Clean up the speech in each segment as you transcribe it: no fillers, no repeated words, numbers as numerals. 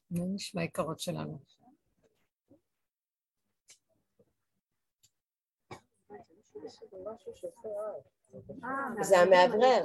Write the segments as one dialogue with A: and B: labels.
A: מה נשמע העיקרות שלנו?
B: זה המאוורר.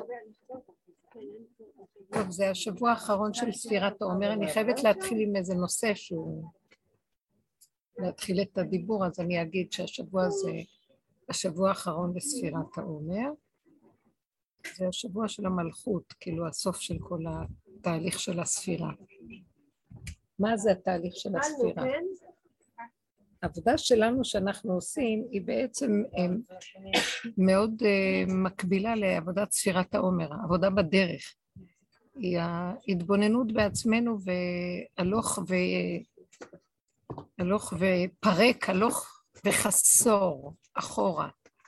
A: טוב, זה השבוע האחרון של ספירת העומר. אני חייבת להתחיל עם איזה נושא שהוא... להתחיל את הדיבור, אז אני אגיד שהשבוע זה השבוע האחרון לספירת העומר. זה השבוע של המלכות, כאילו הסוף של כל התהליך של הספירה. מה זה התהליך של הספירה? העבודה שלנו שאנחנו עושים היא בעצם מאוד מקבילה לעבודת ספירת העומר, עבודה בדרך. היא ההתבוננות בעצמנו והלוך ופרק, הלוך וחסור אחורה.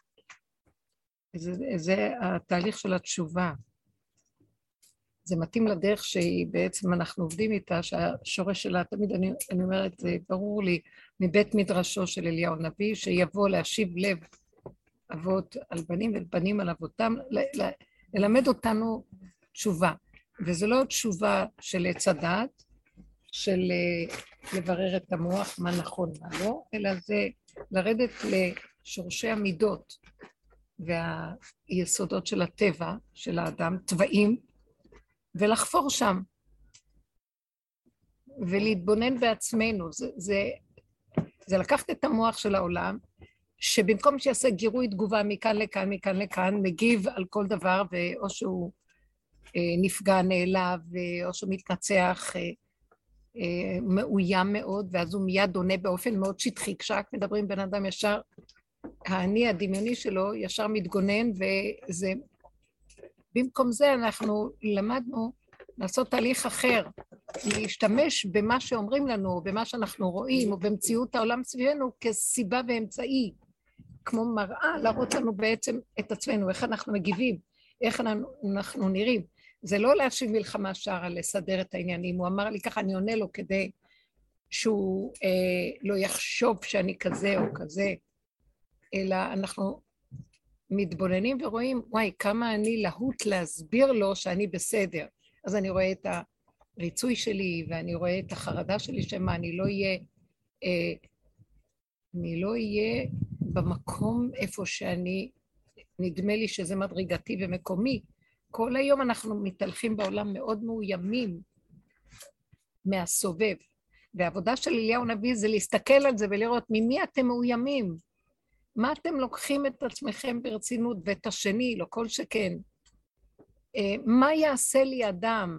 A: זה התהליך של התשובה. זה מתאים לדרך שהיא בעצם אנחנו עובדים איתה, שהשורש שלה, תמיד אני אומרת, זה ברור לי, מבית מדרשו של אליהו הנביא, שיבוא להשיב לב אבות על בנים ובנים על אבותם, ללמד אותנו תשובה. וזה לא תשובה של עץ הדעת, של לברר את המוח, מה נכון, מה לא, אלא זה לרדת לשורשי המידות והיסודות של הטבע, של האדם, טבעים, ולחפור שם, ולהתבונן בעצמנו. זה לקחת את המוח של העולם, שבמקום שיעשה גירוי תגובה מכאן לכאן, מכאן לכאן, מגיב על כל דבר, או שהוא נפגע, נעלב, או שהוא מתנצח, מאוים מאוד, ואז הוא מיד עונה באופן מאוד שטחי. כשרק מדברים בן אדם ישר, האני הדמיוני שלו ישר מתגונן, וזה... במקום זה אנחנו למדנו לעשות תהליך אחר, להשתמש במה שאומרים לנו, או במה שאנחנו רואים, או במציאות העולם סביבנו, כסיבה ואמצעי, כמו מראה, להראות לנו בעצם את עצמנו, איך אנחנו מגיבים, איך אנחנו נראים. זה לא להשיב מלחמה שערה, לסדר את העניינים. הוא אמר לי ככה, אני עונה לו כדי שהוא לא יחשוב שאני כזה או כזה, אלא אנחנו מתבוננים ורואים, וואי, כמה אני להוט להסביר לו שאני בסדר. אז אני רואה את הריצוי שלי, ואני רואה את החרדה שלי, שמה אני לא אהיה במקום איפה שאני, נדמה לי שזה מדרגתי ומקומי. כל היום אנחנו מתהלכים בעולם מאוד מאוימים מהסובב. והעבודה של אליהו הנביא זה להסתכל על זה ולראות ממי אתם מאוימים. מה אתם לוקחים את עצמכם ברצינות ואת השני, לא כל שכן? מה יעשה לי אדם?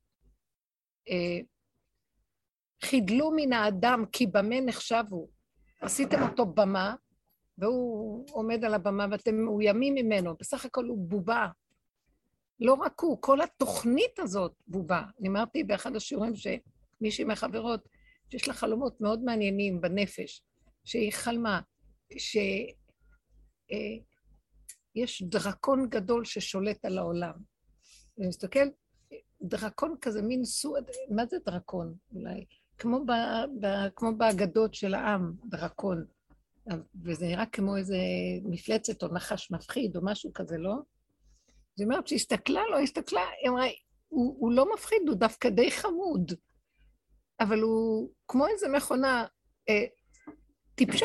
A: חידלו מן האדם כי במה נחשבו. עשיתם אותו במה, והוא עומד על הבמה ואתם מאוימים ממנו. בסך הכל הוא בובה. לא רק הוא, כל התוכנית הזאת בובה. אני אמרתי באחד השיעורים שמישהי מהחברות, שיש לה חלומות מאוד מעניינים בנפש, שהיא חלמה, שיש דרקון גדול ששולט על העולם. אני מסתכל, דרקון כזה, מין סוג, מה זה דרקון? אולי, כמו באגדות של העם, דרקון. וזה נראה כמו איזה מפלצת או נחש מפחיד או משהו כזה, לא? זאת אומרת שהסתכלה, לא הסתכלה, היא אמרה, הוא לא מפחיד, הוא דווקא די חמוד, אבל הוא כמו איזה מכונה טיפשה,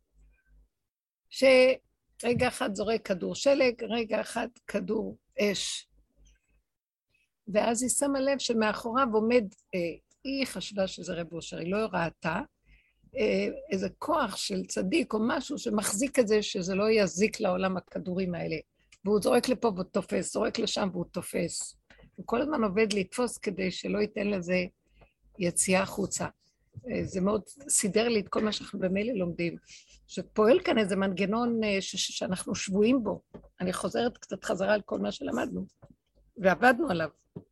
A: שרגע אחד זורק כדור שלג, רגע אחד כדור אש. ואז היא שמה לב שמאחוריו עומד, היא חשבה שזה רב אושר, היא לא ראתה, איזה כוח של צדיק או משהו שמחזיק את זה, שזה לא יזיק לעולם הכדורים האלה. והוא זורק לפה והוא תופס, זורק לשם והוא תופס. הוא כל הזמן עובד לתפוס כדי שלא ייתן לזה יציאה החוצה. זה מאוד סידר לי את כל מה שאנחנו במילא לומדים. שפועל כאן איזה מנגנון שאנחנו שבויים בו. אני חוזרת קצת חזרה על כל מה שלמדנו, ועבדנו עליו.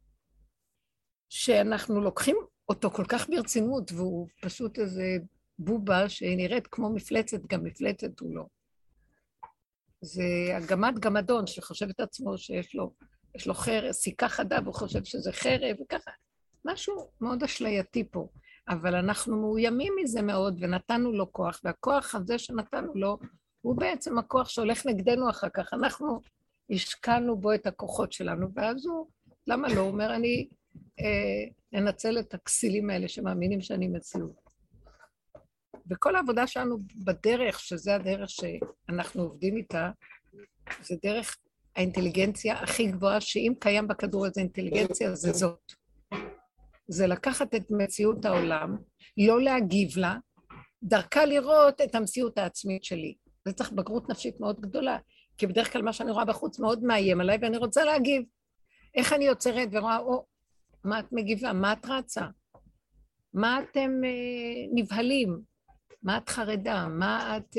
A: שאנחנו לוקחים אותו כל כך ברצינות, והוא פשוט איזה בובה שנראית כמו מפלצת, גם מפלצת הוא לא. זה הגמד גמדון שחושב את עצמו שיש לו חרב, סיכה חדה, והוא חושב שזה חרב, וככה. משהו מאוד אשלייתי פה. אבל אנחנו מאוימים מזה מאוד, ונתנו לו כוח, והכוח הזה שנתנו לו, הוא בעצם הכוח שהולך נגדנו אחר כך. אנחנו השקענו בו את הכוחות שלנו, ואז הוא, למה לא? הוא אומר, אני לנצל את הכסילים האלה שמאמינים שאני מציאות. וכל העבודה שלנו בדרך, שזה הדרך שאנחנו עובדים איתה, זה דרך האינטליגנציה הכי גבוהה, שאם קיים בכדור הזה אינטליגנציה, זה זאת. זה לקחת את מציאות העולם, לא להגיב לה, דרכה לראות את המציאות העצמית שלי. זה צריך בגרות נפשית מאוד גדולה, כי בדרך כלל מה שאני רואה בחוץ מאוד מאיים עליי, ואני רוצה להגיב. איך אני יוצרת ורואה, מה את מגיבה? מה את רצה? מה אתם נבהלים? מה את חרדה? מה את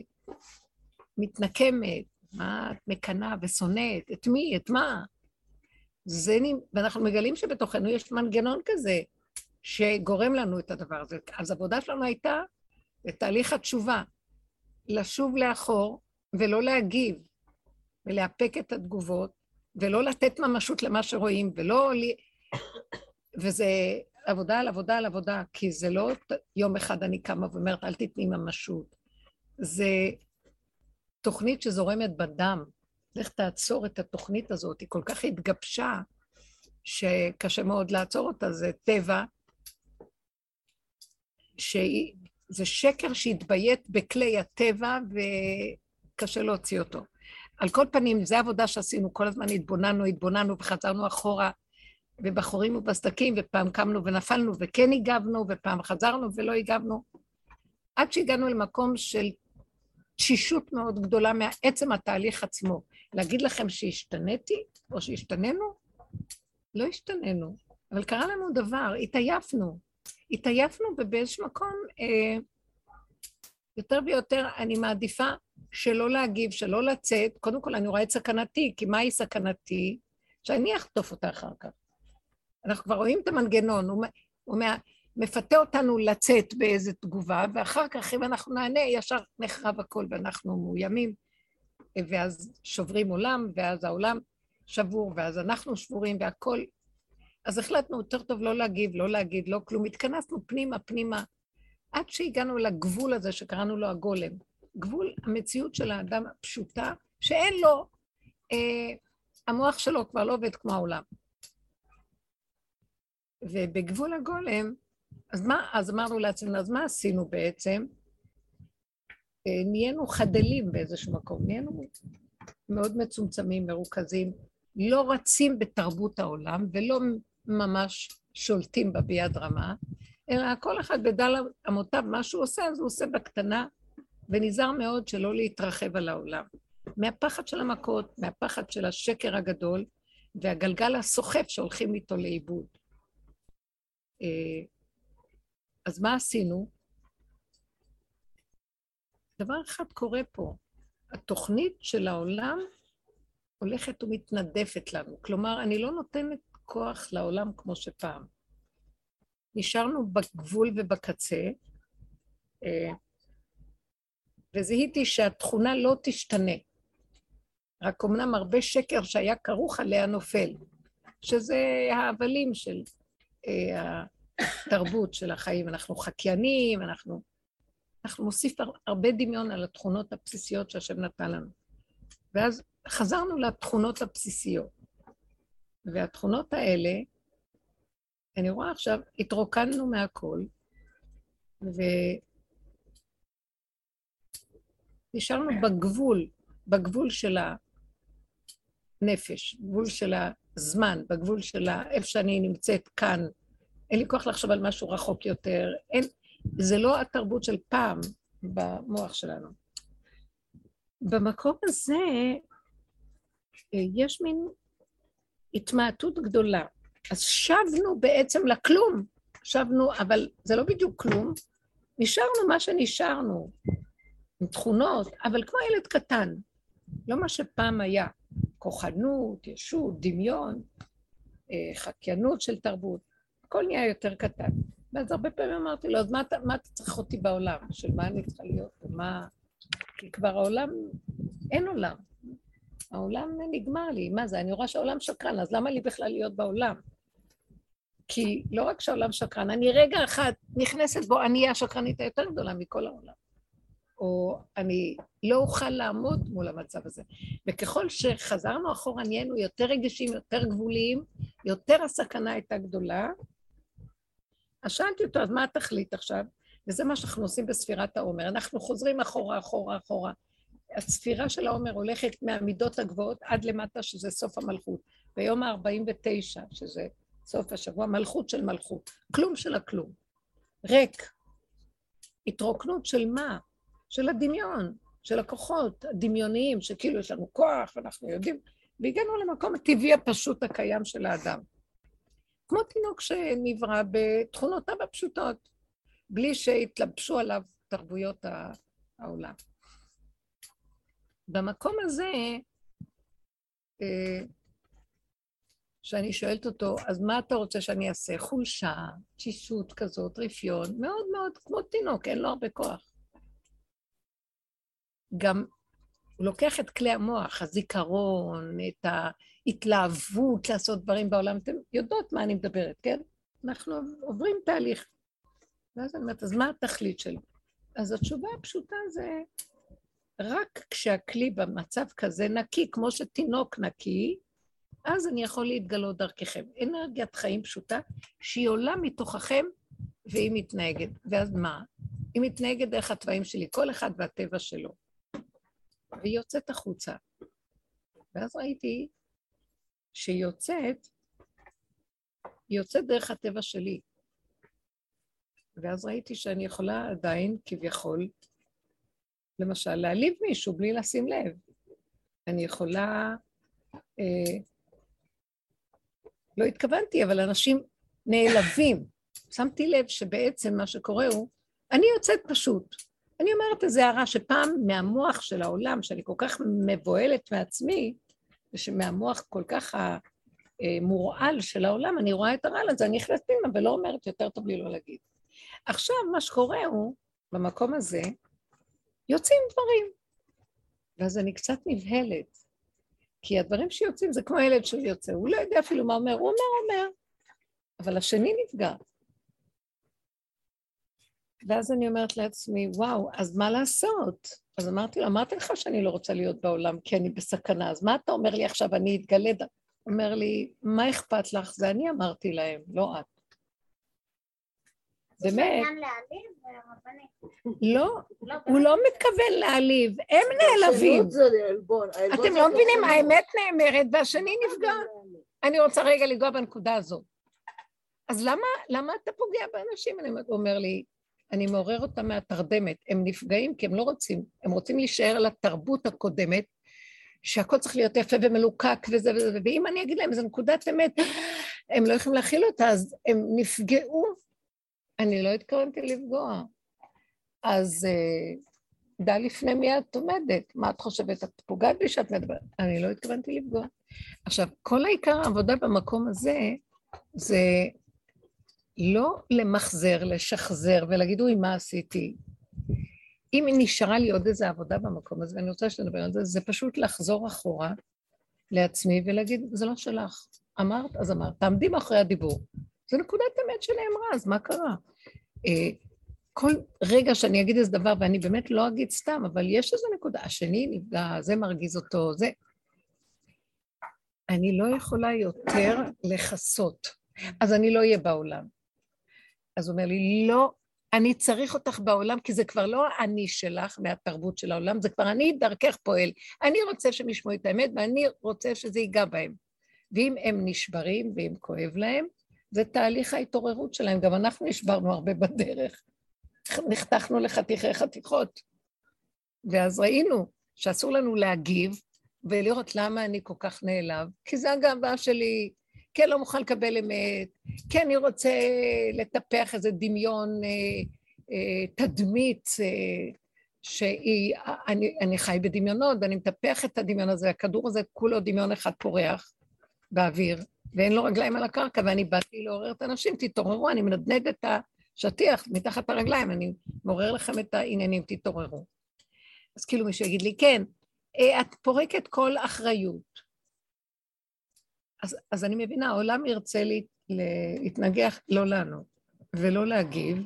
A: מתנקמת? מה את מקנה ושונאת? את מי? את מה? ואנחנו מגלים שבתוכנו יש מנגנון כזה, שגורם לנו את הדבר הזה. אז העבודה שלנו הייתה, לתהליך התשובה, לשוב לאחור ולא להגיב, ולהפק את התגובות, ולא לתת ממשות למה שרואים, וזה עבודה על עבודה על עבודה, כי זה לא יום אחד אני קמה ואומרת, אל תתני ממשות. זה תוכנית שזורמת בדם. איך תעצור את התוכנית הזאת? היא כל כך התגבשה, שקשה מאוד לעצור אותה, זה טבע, זה שקר שהתביית בכלי הטבע, וקשה להוציא אותו. על כל פנים, זו העבודה שעשינו, כל הזמן התבוננו וחזרנו אחורה, ובחורים ובסדקים, ופעם קמנו ונפלנו, וכן הגבנו, ופעם חזרנו ולא הגבנו, עד שהגענו למקום של תשישות מאוד גדולה מעצם התהליך עצמו. להגיד לכם שהשתניתי, או שהשתננו? לא השתננו, אבל קרה לנו דבר, התעייפנו ובאיזשהו מקום, יותר ויותר אני מעדיפה שלא להגיב, שלא לצאת, קודם כל אני רואה את סכנתי, כי מהי סכנתי? שאני אחטוף אותה אחר כך. אנחנו כבר רואים את המנגנון, הוא מפתה אותנו לצאת באיזו תגובה, ואחר כך אם אנחנו נענה, ישר נחרב הכל ואנחנו מאוימים, ואז שוברים עולם, ואז העולם שבור, ואז אנחנו שבורים והכל. אז החלטנו יותר טוב לא להגיב, לא להגיד, לא כלום, התכנסנו פנימה, עד שהגענו לגבול הזה שקראנו לו הגולם. גבול המציאות של האדם הפשוטה, שאין לו, המוח שלו כבר לא עובד כמו העולם. ובגבול הגולם, אז אמרנו לעצמנו, אז מה עשינו בעצם? נהיינו חדלים באיזשהו מקום, נהיינו מאוד מצומצמים, מרוכזים, לא רצים בתרבות העולם, ולא ממש שולטים בה ביד רמה, אלא כל אחד בדל אמותיו, מה שהוא עושה, אז הוא עושה בקטנה, ונזהר מאוד שלא להתרחב על העולם. מהפחד של המכות, מהפחד של השקר הגדול, והגלגל הסוחף שהולכים איתו לאיבוד. אז מה עשינו? דבר אחד קורה פה, התוכנית של העולם הולכת ומתנדפת לנו, כלומר, אני לא נותנת כוח לעולם כמו שפעם. נשארנו בגבול ובקצה, וזיהיתי שהתכונה לא תשתנה, רק אמנם הרבה שקר שהיה כרוך עליה נופל, שזה ההבלים של התרבות של החיים, אנחנו חקיינים, אנחנו מוסיף הרבה דמיון על התכונות הבסיסיות שהשם נתן לנו. ואז חזרנו לתכונות הבסיסיות. והתכונות האלה, אני רואה עכשיו, התרוקנו מהכל, ונשארנו בגבול של הנפש, בגבול של הזמן, בגבול של איפה שאני נמצאת כאן, אין לי כוח לחשוב על משהו רחוק יותר, זה לא התרבות של פעם במוח שלנו. במקום הזה יש מין התמעטות גדולה. אז שבנו בעצם לכלום, אבל זה לא בדיוק כלום, נשארנו מה שנשארנו, עם תכונות, אבל כמו ילד קטן, לא מה שפעם היה, כוחנות, ישות, דמיון, חקיינות של תרבות, הכל נהיה יותר קטן. ואז הרבה פעמים אמרתי לו, אז מה אתה צריך אותי בעולם? של מה אני צריכה להיות? כי כבר העולם, אין עולם. העולם נגמר לי, מה זה? אני רואה שהעולם שקרן, אז למה לי בכלל להיות בעולם? כי לא רק שהעולם שקרן, אני רגע אחד נכנסת בו, אני אהיה השקרנית היותר גדולה מכל העולם. או אני לא אוכל לעמוד מול המצב הזה. וככל שחזרנו אחורה, נהיינו יותר רגישים, יותר גבוליים, יותר הסכנה הייתה גדולה, אז שאלתי אותו, אז מה התכלית עכשיו? וזה מה שאנחנו עושים בספירת העומר. אנחנו חוזרים אחורה, אחורה, אחורה. הספירה של העומר הולכת מהמידות הגבוהות עד למטה, שזה סוף המלכות. ביום ה-49, שזה סוף השבוע, מלכות של מלכות. כלום של הכלום. ריק. התרוקנות של מה? של הדמיון, של הכוחות הדמיוניים, שכאילו יש לנו כוח, ואנחנו יודעים, והגענו למקום הטבעי הפשוט הקיים של האדם. כמו תינוק שנברא בתכונותיו הפשוטות, בלי שהתלבשו עליו תרבויות העולם. במקום הזה, שאני שואלת אותו, אז מה אתה רוצה שאני אעשה? חולשה, תשישות כזאת, רפיון, מאוד מאוד כמו תינוק, אין לו הרבה כוח. גם הוא לוקח את כלי המוח, הזיכרון, את ההתלהבות לעשות דברים בעולם. אתם יודעות מה אני מדברת, כן? אנחנו עוברים תהליך. ואז אני אומרת, אז מה התכלית שלו? אז התשובה הפשוטה זה, רק כשהכלי במצב כזה נקי, כמו שתינוק נקי, אז אני יכול להתגלות דרככם. אנרגיית חיים פשוטה, שהיא עולה מתוככם, והיא מתנהגת. ואז מה? היא מתנהגת דרך הטבעים שלי, כל אחד והטבע שלו. והיא יוצאת החוצה. ואז ראיתי שהיא יוצאת דרך הטבע שלי. ואז ראיתי שאני יכולה עדיין, כביכול, למשל, להעליב מישהו בלי לשים לב. אני יכולה, לא התכוונתי, אבל אנשים נעלבים. שמתי לב שבעצם מה שקורה הוא, אני יוצאת פשוט. אני אומרת איזו הערה שפעם מהמוח של העולם, שאני כל כך מבועלת מעצמי, ושמהמוח כל כך המורעל של העולם, אני רואה את הרעל הזה, אני נכנסת פנימה ולא אומרת, יותר טוב לי לא להגיד. עכשיו מה שקורה הוא, במקום הזה, יוצאים דברים. ואז אני קצת נבהלת, כי הדברים שיוצאים זה כמו ילד שהוא יוצא, הוא לא יודע אפילו מה אומר, הוא אומר, אבל השני נפגע. ואז אני אומרת לעצמי, וואו, אז מה לעשות? אז אמרתי לך שאני לא רוצה להיות בעולם, כי אני בסכנה, אז מה אתה אומר לי עכשיו, אני אתגלה? אומר לי, מה אכפת לך? זה אני אמרתי להם, לא את. באמת. לא, הוא לא מתכוון להעליב, הם נעלבים. אתם לא מבינים, האמת נאמרת והשני נפגע. אני רוצה רגע לגוע בנקודה הזאת. אז למה אתה פוגע באנשים? הוא אומר לי, אני מעורר אותם מהתרדמת, הם נפגעים כי הם לא רוצים, הם רוצים להישאר על התרבות הקודמת, שהכל צריך להיות יפה ומלוקק וזה וזה, ואם אני אגיד להם, איזו נקודת אמת, הם לא יכולים להכיל אותה, אז הם נפגעו. אני לא התכוונתי לפגוע. אז דע לפני מי את עומדת, מה את חושבת? את פוגעת בי שאת מדברת? אני לא התכוונתי לפגוע. עכשיו, כל העיקר העבודה במקום הזה, זה לא למחזר, לשחזר ולהגיד, אוי, מה עשיתי? אם נשארה לי עוד איזו עבודה במקום הזה, ואני רוצה שנדבר על זה, זה פשוט לחזור אחורה לעצמי ולהגיד, זה לא שלך. אמרת, אז אמרת, תעמדי מאחורי הדיבור. זו נקודת אמת שנאמרה, אז מה קרה? כל רגע שאני אגיד איזה דבר, ואני באמת לא אגיד סתם, אבל יש איזו נקודה, השני נפגע, זה מרגיז אותו, זה... אני לא יכולה יותר לחסות, אז אני לא אהיה בעולם. אז הוא אומר לי, לא, אני צריך אותך בעולם, כי זה כבר לא אני שלך מהתרבות של העולם, זה כבר אני דרכך פועל. אני רוצה שהם ישמעו את האמת, ואני רוצה שזה ייגע בהם. ואם הם נשברים, ואם כואב להם, זה תהליך ההתעוררות שלהם. גם אנחנו נשברנו הרבה בדרך. נחתכנו לחתיכי חתיכות. ואז ראינו שאסור לנו להגיב, ולראות למה אני כל כך נעלב, כי זה הגאווה שלי, כן לא מוכן לקבל אמת, כן אני רוצה לטפח איזה דמיון, תדמית, שאני חי בדמיונות, ואני מטפח את הדמיון הזה, הכדור הזה כולו דמיון אחד פורח באוויר, ואין לו רגליים על הקרקע, ואני באתי לעורר את האנשים, תתעוררו, אני מנדנד את השטיח מתחת הרגליים, אני מעורר לכם את העניינים, תתעוררו. אז כאילו מישהו יגיד לי, כן, את פורקת כל אחריות. אז אני מבינה, העולם ירצה להתנגח לא לנו, ולא להגיב,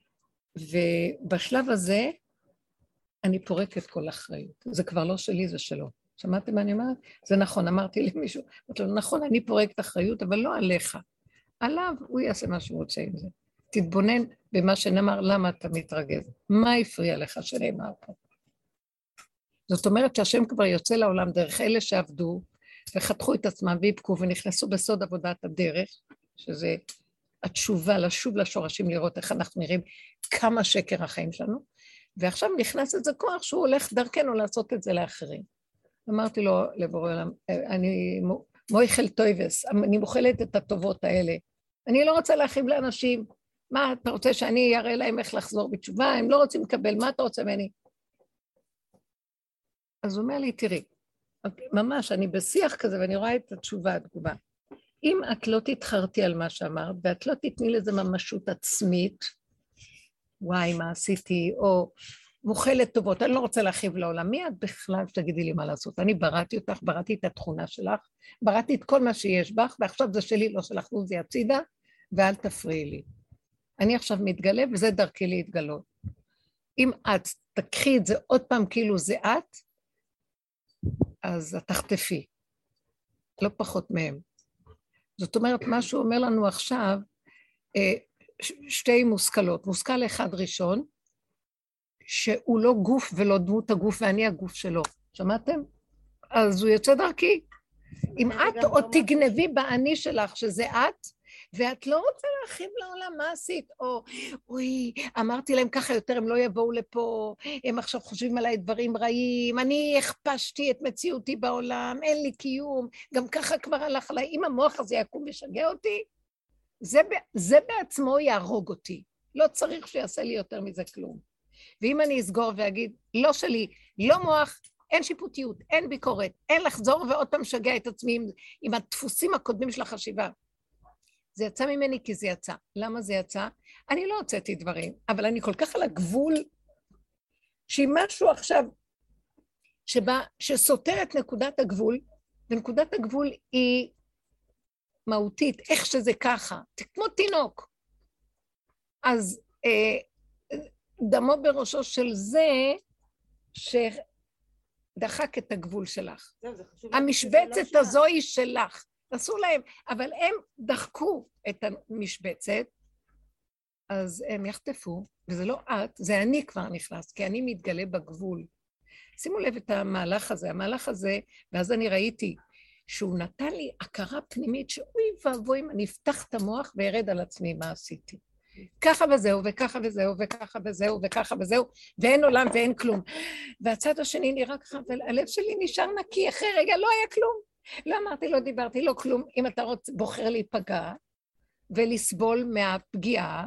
A: ובשלב הזה אני פורקת כל אחריות. זה כבר לא שלי, זה שלו. שמעתם מה אני אומרת? זה נכון, אמרתי למישהו, נכון, אני פורקת אחריות, אבל לא עליך. עליו, הוא יעשה מה שהוא רוצה עם זה. תתבונן במה שנאמר, למה אתה מתרגז? מה הפריע לך שנאמר פה? זאת אומרת שהשם כבר יוצא לעולם דרך אלה שעבדו, וחתכו את עצמם והיפקו ונכנסו בסוד עבודת הדרך, שזה התשובה לשוב לשורשים לראות איך אנחנו נראים, כמה שקר החיים שלנו, ועכשיו נכנס איזה כוח שהוא הולך דרכנו לעשות את זה לאחרים. אמרתי לו לבורא עולם, אני מויכל טויבס, אני מוכלת את הטובות האלה, אני לא רוצה להכאיב לאנשים, מה אתה רוצה שאני אראה להם איך לחזור בתשובה, הם לא רוצים לקבל, מה אתה רוצה ממני? אז הוא אומר לי, תראי, ממש, אני בשיח כזה ואני רואה את התשובה, התגובה. אם את לא תתחרתי על מה שאמרת, ואת לא תתני לזה ממשות עצמית, וואי, מה עשיתי, או מוכלת טובות, אני לא רוצה להכאיב לעולם, מי את בכלל שתגידי לי מה לעשות? אני בראתי אותך, בראתי את התכונה שלך, בראתי את כל מה שיש בך, ועכשיו זה שלי, לא שלך, זה הצידה, ואל תפריעי לי. אני עכשיו מתגלה, וזה דרכי להתגלות. אם את תקחי את זה עוד פעם כאילו זה את, אז את תחטפי, לא פחות מהם. זאת אומרת, מה שהוא אומר לנו עכשיו, שתי מושכלות. מושכל אחד ראשון, שהוא לא גוף ולא דמות הגוף, ואני הגוף שלו. שמעתם? אז הוא יוצא דרכי. אם את עוד תגנבי באני שלך, שזה את, ואת לא רוצה להכאיב לעולם, מה עשית? או, אוי, אמרתי להם ככה יותר, הם לא יבואו לפה, הם עכשיו חושבים עליי דברים רעים, אני הכפשתי את מציאותי בעולם, אין לי קיום, גם ככה כבר הלך עליי, אם המוח הזה יקום וישגע אותי, זה בעצמו יהרוג אותי, לא צריך שיעשה לי יותר מזה כלום. ואם אני אסגור ואגיד, לא שלי, לא מוח, אין שיפוטיות, אין ביקורת, אין לחזור ועוד פעם שגע את עצמי עם הדפוסים הקודמים של החשיבה. זה יצא ממני כי זה יצא. למה זה יצא? אני לא הוצאתי דברים, אבל אני כל כך על הגבול, שהיא משהו עכשיו שסותר את נקודת הגבול, ונקודת הגבול היא מהותית, איך שזה ככה, כמו תינוק. אז דמו בראשו של זה, שדחק את הגבול שלך. המשבצת הזו היא שלך. עשו להם, אבל הם דחקו את המשבצת, אז הם יחטפו, וזה לא את, זה אני כבר נכנס, כי אני מתגלה בגבול. שימו לב את המהלך הזה, ואז אני ראיתי שהוא נתן לי הכרה פנימית, שאוי ואבוי, אני אפתח את המוח וירד על עצמי מה עשיתי. ככה וזהו, וככה וזהו, וככה וזהו, וככה וזהו, ואין עולם ואין כלום. והצד השני נראה ככה, והלב שלי נשאר נקי, אחרי רגע לא היה כלום. לא אמרתי, לא דיברתי, לא כלום. אם אתה בוחר להיפגע ולסבול מהפגיעה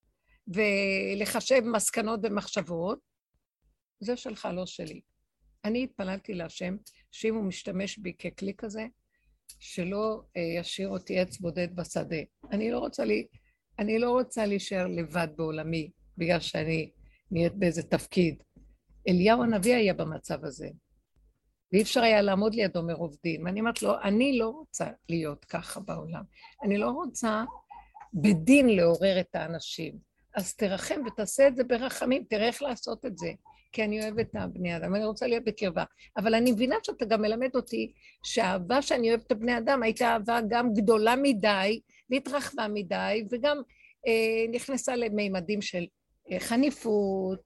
A: ולחשב מסקנות ומחשבות, זה שלך, לא שלי. אני התפללתי להשם שאם הוא משתמש בי ככלי כזה, שלא ישאיר אותי עץ בודד בשדה. אני לא רוצה להישאר לבד בעולמי, בגלל שאני נהיית באיזה תפקיד. אליהו הנביא היה במצב הזה. ואי אפשר היה לעמוד לידו מרוב דין. ואני אומרת לו, אני לא רוצה להיות ככה בעולם. אני לא רוצה בדין לעורר את האנשים. אז תרחם ותעשה את זה ברחמים, תראה איך לעשות את זה. כי אני אוהבת את הבני אדם, אני רוצה להיות בקרבה. אבל אני מבינה שאתה גם מלמד אותי שהאהבה שאני אוהבת את הבני אדם הייתה אהבה גם גדולה מדי, והתרחבה מדי, וגם נכנסה למימדים של חניפות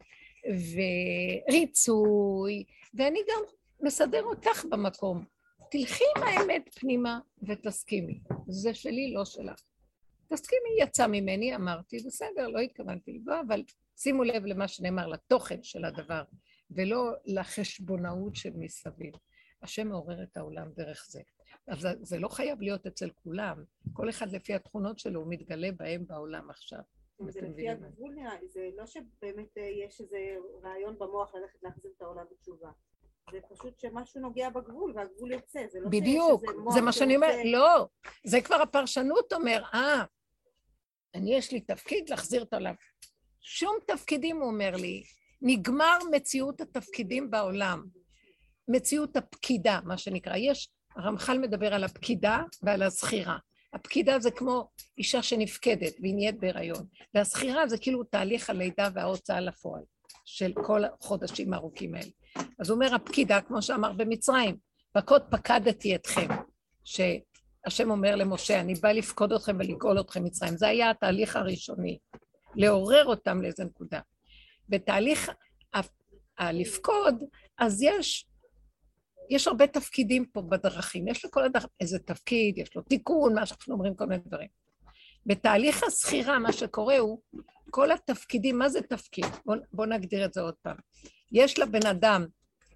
A: וריצוי, ואני גם מסדר אותך במקום. תלכי עם האמת פנימה ותסכימי. זה שלי, לא שלך. תסכימי, יצא ממני, אמרתי, בסדר, לא התכוונתי לבוא, אבל שימו לב למה שנאמר, לתוכן של הדבר, ולא לחשבונאות של מסביב. השם מעורר את העולם דרך זה. אז זה לא חייב להיות אצל כולם. כל אחד לפי התכונות שלו, הוא מתגלה בהם בעולם עכשיו.
B: זה לפי הגבול נראה לי, זה לא שבאמת יש איזה רעיון במוח ללכת להחזיר את העולם בתשובה. זה פשוט שמשהו נוגע בגבול, והגבול יוצא. זה לא
A: בדיוק, זה מה שאני אומר, לא, זה כבר הפרשנות אומר, אני יש לי תפקיד להחזיר את העולם. שום תפקידים, הוא אומר לי, נגמר מציאות התפקידים בעולם. מציאות הפקידה, מה שנקרא. הרמח"ל מדבר על הפקידה ועל הזכירה. הפקידה זה כמו אישה שנפקדת והיא נהיית בהיריון. והזכירה זה כאילו תהליך הלידה וההוצאה לפועל של כל החודשים הארוכים האלה. אז הוא אומר הפקידה, כמו שאמר במצרים, פקוד פקדתי אתכם, שהשם אומר למשה, אני בא לפקוד אתכם ולגאול אתכם מצרים. זה היה התהליך הראשוני. לעורר אותם לאיזה נקודה. בתהליך הלפקוד, אז יש הרבה תפקידים פה בדרכים, יש לכל אדם איזה תפקיד, יש לו תיקון, מה שאנחנו אומרים, כל מיני דברים. בתהליך הסחירה, מה שקורה הוא, כל התפקידים, מה זה תפקיד? בואו נגדיר את זה עוד פעם. יש לבן אדם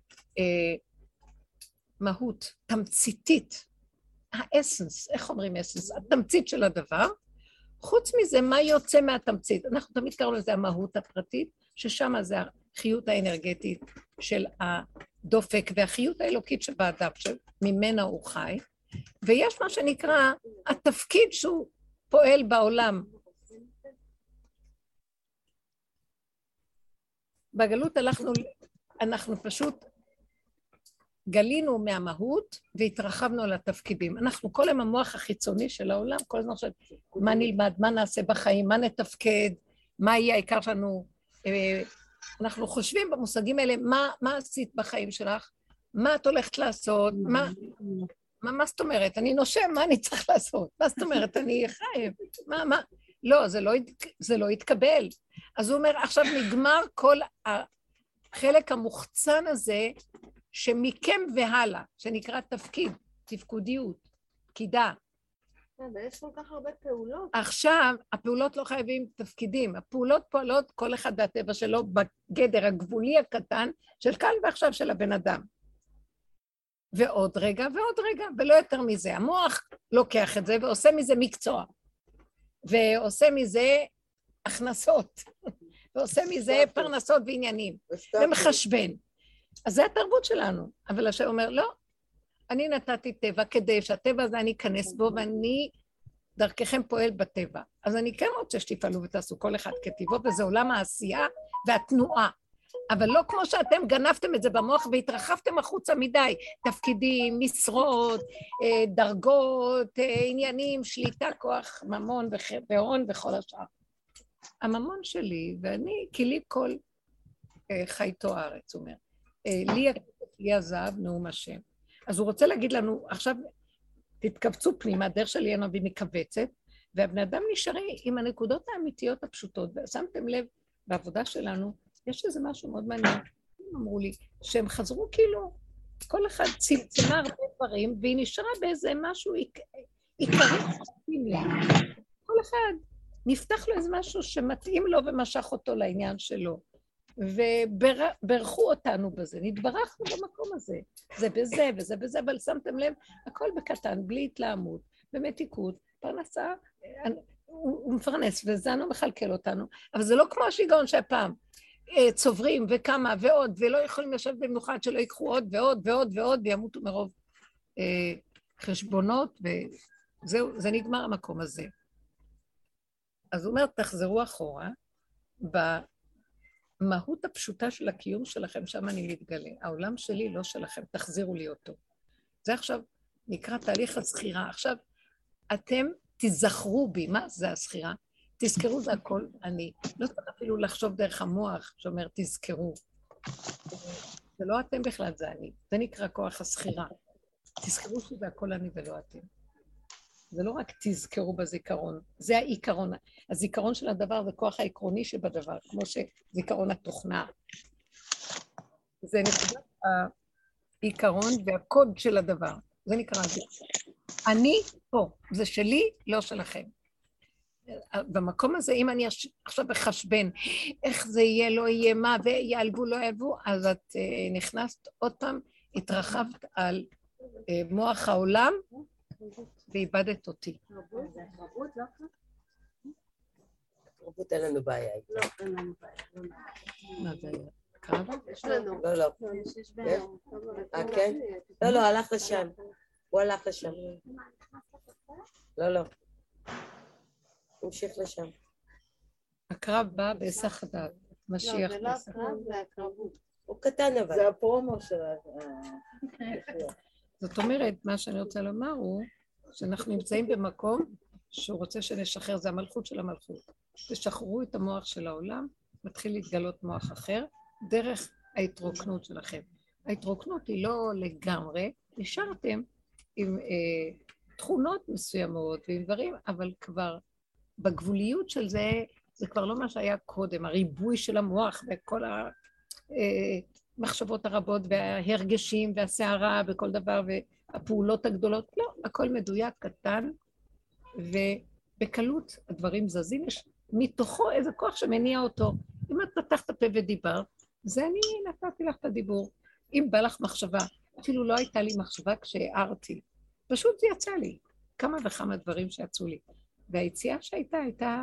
A: מהות תמציתית, האסנס, איך אומרים אסנס? התמצית של הדבר, חוץ מזה, מה יוצא מהתמצית? אנחנו תמיד קראנו לזה המהות הפרטית, ששם זה החיות האנרגטית של הדופק, והחיות האלוקית שבאדם, שממנה הוא חי, ויש מה שנקרא התפקיד שהוא פועל בעולם. בגלות אנחנו פשוט גלינו מהמהות והתרחבנו על התפקידים. אנחנו כל עם המוח החיצוני של העולם, כל הזמן חושב, מה נלמד, מה נעשה בחיים, מה נתפקד, מה יהיה העיקר שלנו. אנחנו חושבים במושגים האלה, מה עשית בחיים שלך? מה את הולכת לעשות? מה זאת אומרת? אני נושם, מה אני צריך לעשות? מה זאת אומרת? אני חייב. מה? לא, זה לא יתקבל. אז הוא אומר, עכשיו נגמר כל החלק המוחצן הזה, שמכם והלאה, שנקרא תפקיד, תפקודיות, פקידה.
B: יש כל כך הרבה פעולות.
A: עכשיו, הפעולות לא חייבים תפקידים, הפעולות פועלות כל אחד והטבע שלו בגדר הגבולי הקטן של כאן ועכשיו של הבן אדם. ועוד רגע ועוד רגע, ולא יותר מזה. המוח לוקח את זה ועושה מזה מקצוע, ועושה מזה הכנסות, ועושה מזה פרנסות ועניינים, ומחשבן. אז זה התרבות שלנו, אבל השם אומר, לא, אני נתתי טבע כדי שהטבע הזה אני אכנס בו, ואני דרככם פועל בטבע. אז אני כן רוצה שתפעלו ותעשו כל אחד כטבעו, וזה עולם העשייה והתנועה. אבל לא כמו שאתם גנבתם את זה במוח והתרחבתם החוצה מדי, תפקידים, משרות, דרגות, עניינים, שליטה, כוח, ממון והון וכל השאר. הממון שלי, ואני, כי לי כל חייתו הארץ, אומר. לי הזהב נאום השם. אז הוא רוצה להגיד לנו, עכשיו תתכווצו פנימה, דרך שלי הנביא מכווצת, והבני אדם נשארים עם הנקודות האמיתיות הפשוטות, ושמתם לב, בעבודה שלנו, יש איזה משהו מאוד מעניין, הם אמרו לי, שהם חזרו כאילו, כל אחד צמצמה הרבה דברים, והיא נשארה באיזה משהו עיקרי, כל אחד נפתח לו איזה משהו שמתאים לו ומשך אותו לעניין שלו. וברכו אותנו בזה, נתברכנו במקום הזה, זה בזה וזה בזה, אבל שמתם לב, הכל בקטן, בלי התלהמות, במתיקות, פרנסה, הוא מפרנס וזנו מחלקל אותנו, אבל זה לא כמו השיגעון שהפעם, צוברים וכמה ועוד, ולא יכולים לשבת במיוחד שלא ייקחו עוד ועוד ועוד ועוד, וימותו מרוב חשבונות, וזהו, זה נגמר המקום הזה. אז הוא אומר, תחזרו אחורה, במהות הפשוטה של הקיום שלכם, שם אני מתגלה. העולם שלי לא שלכם, תחזירו לי אותו. זה עכשיו נקרא תהליך הסחירה. עכשיו, אתם תזכרו בי, מה זה הסחירה? תזכרו, זה הכל אני. לא צריך אפילו לחשוב דרך המוח, שאומר תזכרו. זה לא אתם בכלל, זה אני. זה נקרא כוח הסחירה. תזכרו שזה הכל אני ולא אתם. זה לא רק תזכרו בזיכרון, זה העיקרון. הזיכרון של הדבר זה כוח העקרוני שבדבר, כמו שזיכרון התוכנה. זה נקודת העיקרון והקוד של הדבר. זה נקרא זה. אני פה, זה שלי, לא שלכם. במקום הזה, אם אני עכשיו בחשבן, איך זה יהיה, לא יהיה מה, ויעלבו, לא יעלבו, אז את נכנסת עוד פעם, התרחבת על מוח העולם, ואיבדת אותי.
C: תרבות אין לנו בעיה.
B: לא, אין לנו בעיה.
A: מה זה היה? קרבה?
B: יש לנו.
C: לא, לא. כן? לא, לא, הלך לשם. הוא הלך לשם. לא, לא. המשיך לשם.
A: הקרב בא בהיסח הדעת. משיח
B: לא, זה לא
A: בהיסח.
B: הקרב, זה הקרבות.
C: הוא קטן אבל.
D: זה הפרומו של
A: זאת אומרת, מה שאני רוצה לומר הוא, שאנחנו נמצאים במקום שהוא רוצה שנשחרר, זה המלכות של המלכות. תשחררו את המוח של העולם, מתחיל להתגלות מוח אחר, דרך ההתרוקנות שלכם. ההתרוקנות היא לא לגמרי, נשארתם עם תכונות מסוימות ועם דברים, אבל כבר בגבוליות של זה, זה כבר לא מה שהיה קודם, הריבוי של המוח וכל המחשבות הרבות וההרגשים והסערה וכל דבר והפעולות הגדולות, לא, הכל מדויק, קטן, ובקלות הדברים זזים, יש מתוכו איזה כוח שמניע אותו. אם את פתחת פה ודיברת, זה אני נתתי לך את הדיבור. אם בא לך מחשבה, אפילו לא הייתה לי מחשבה כשהערתי, פשוט זה יצא לי, כמה וכמה דברים שיצאו לי. והיציאה שהייתה, הייתה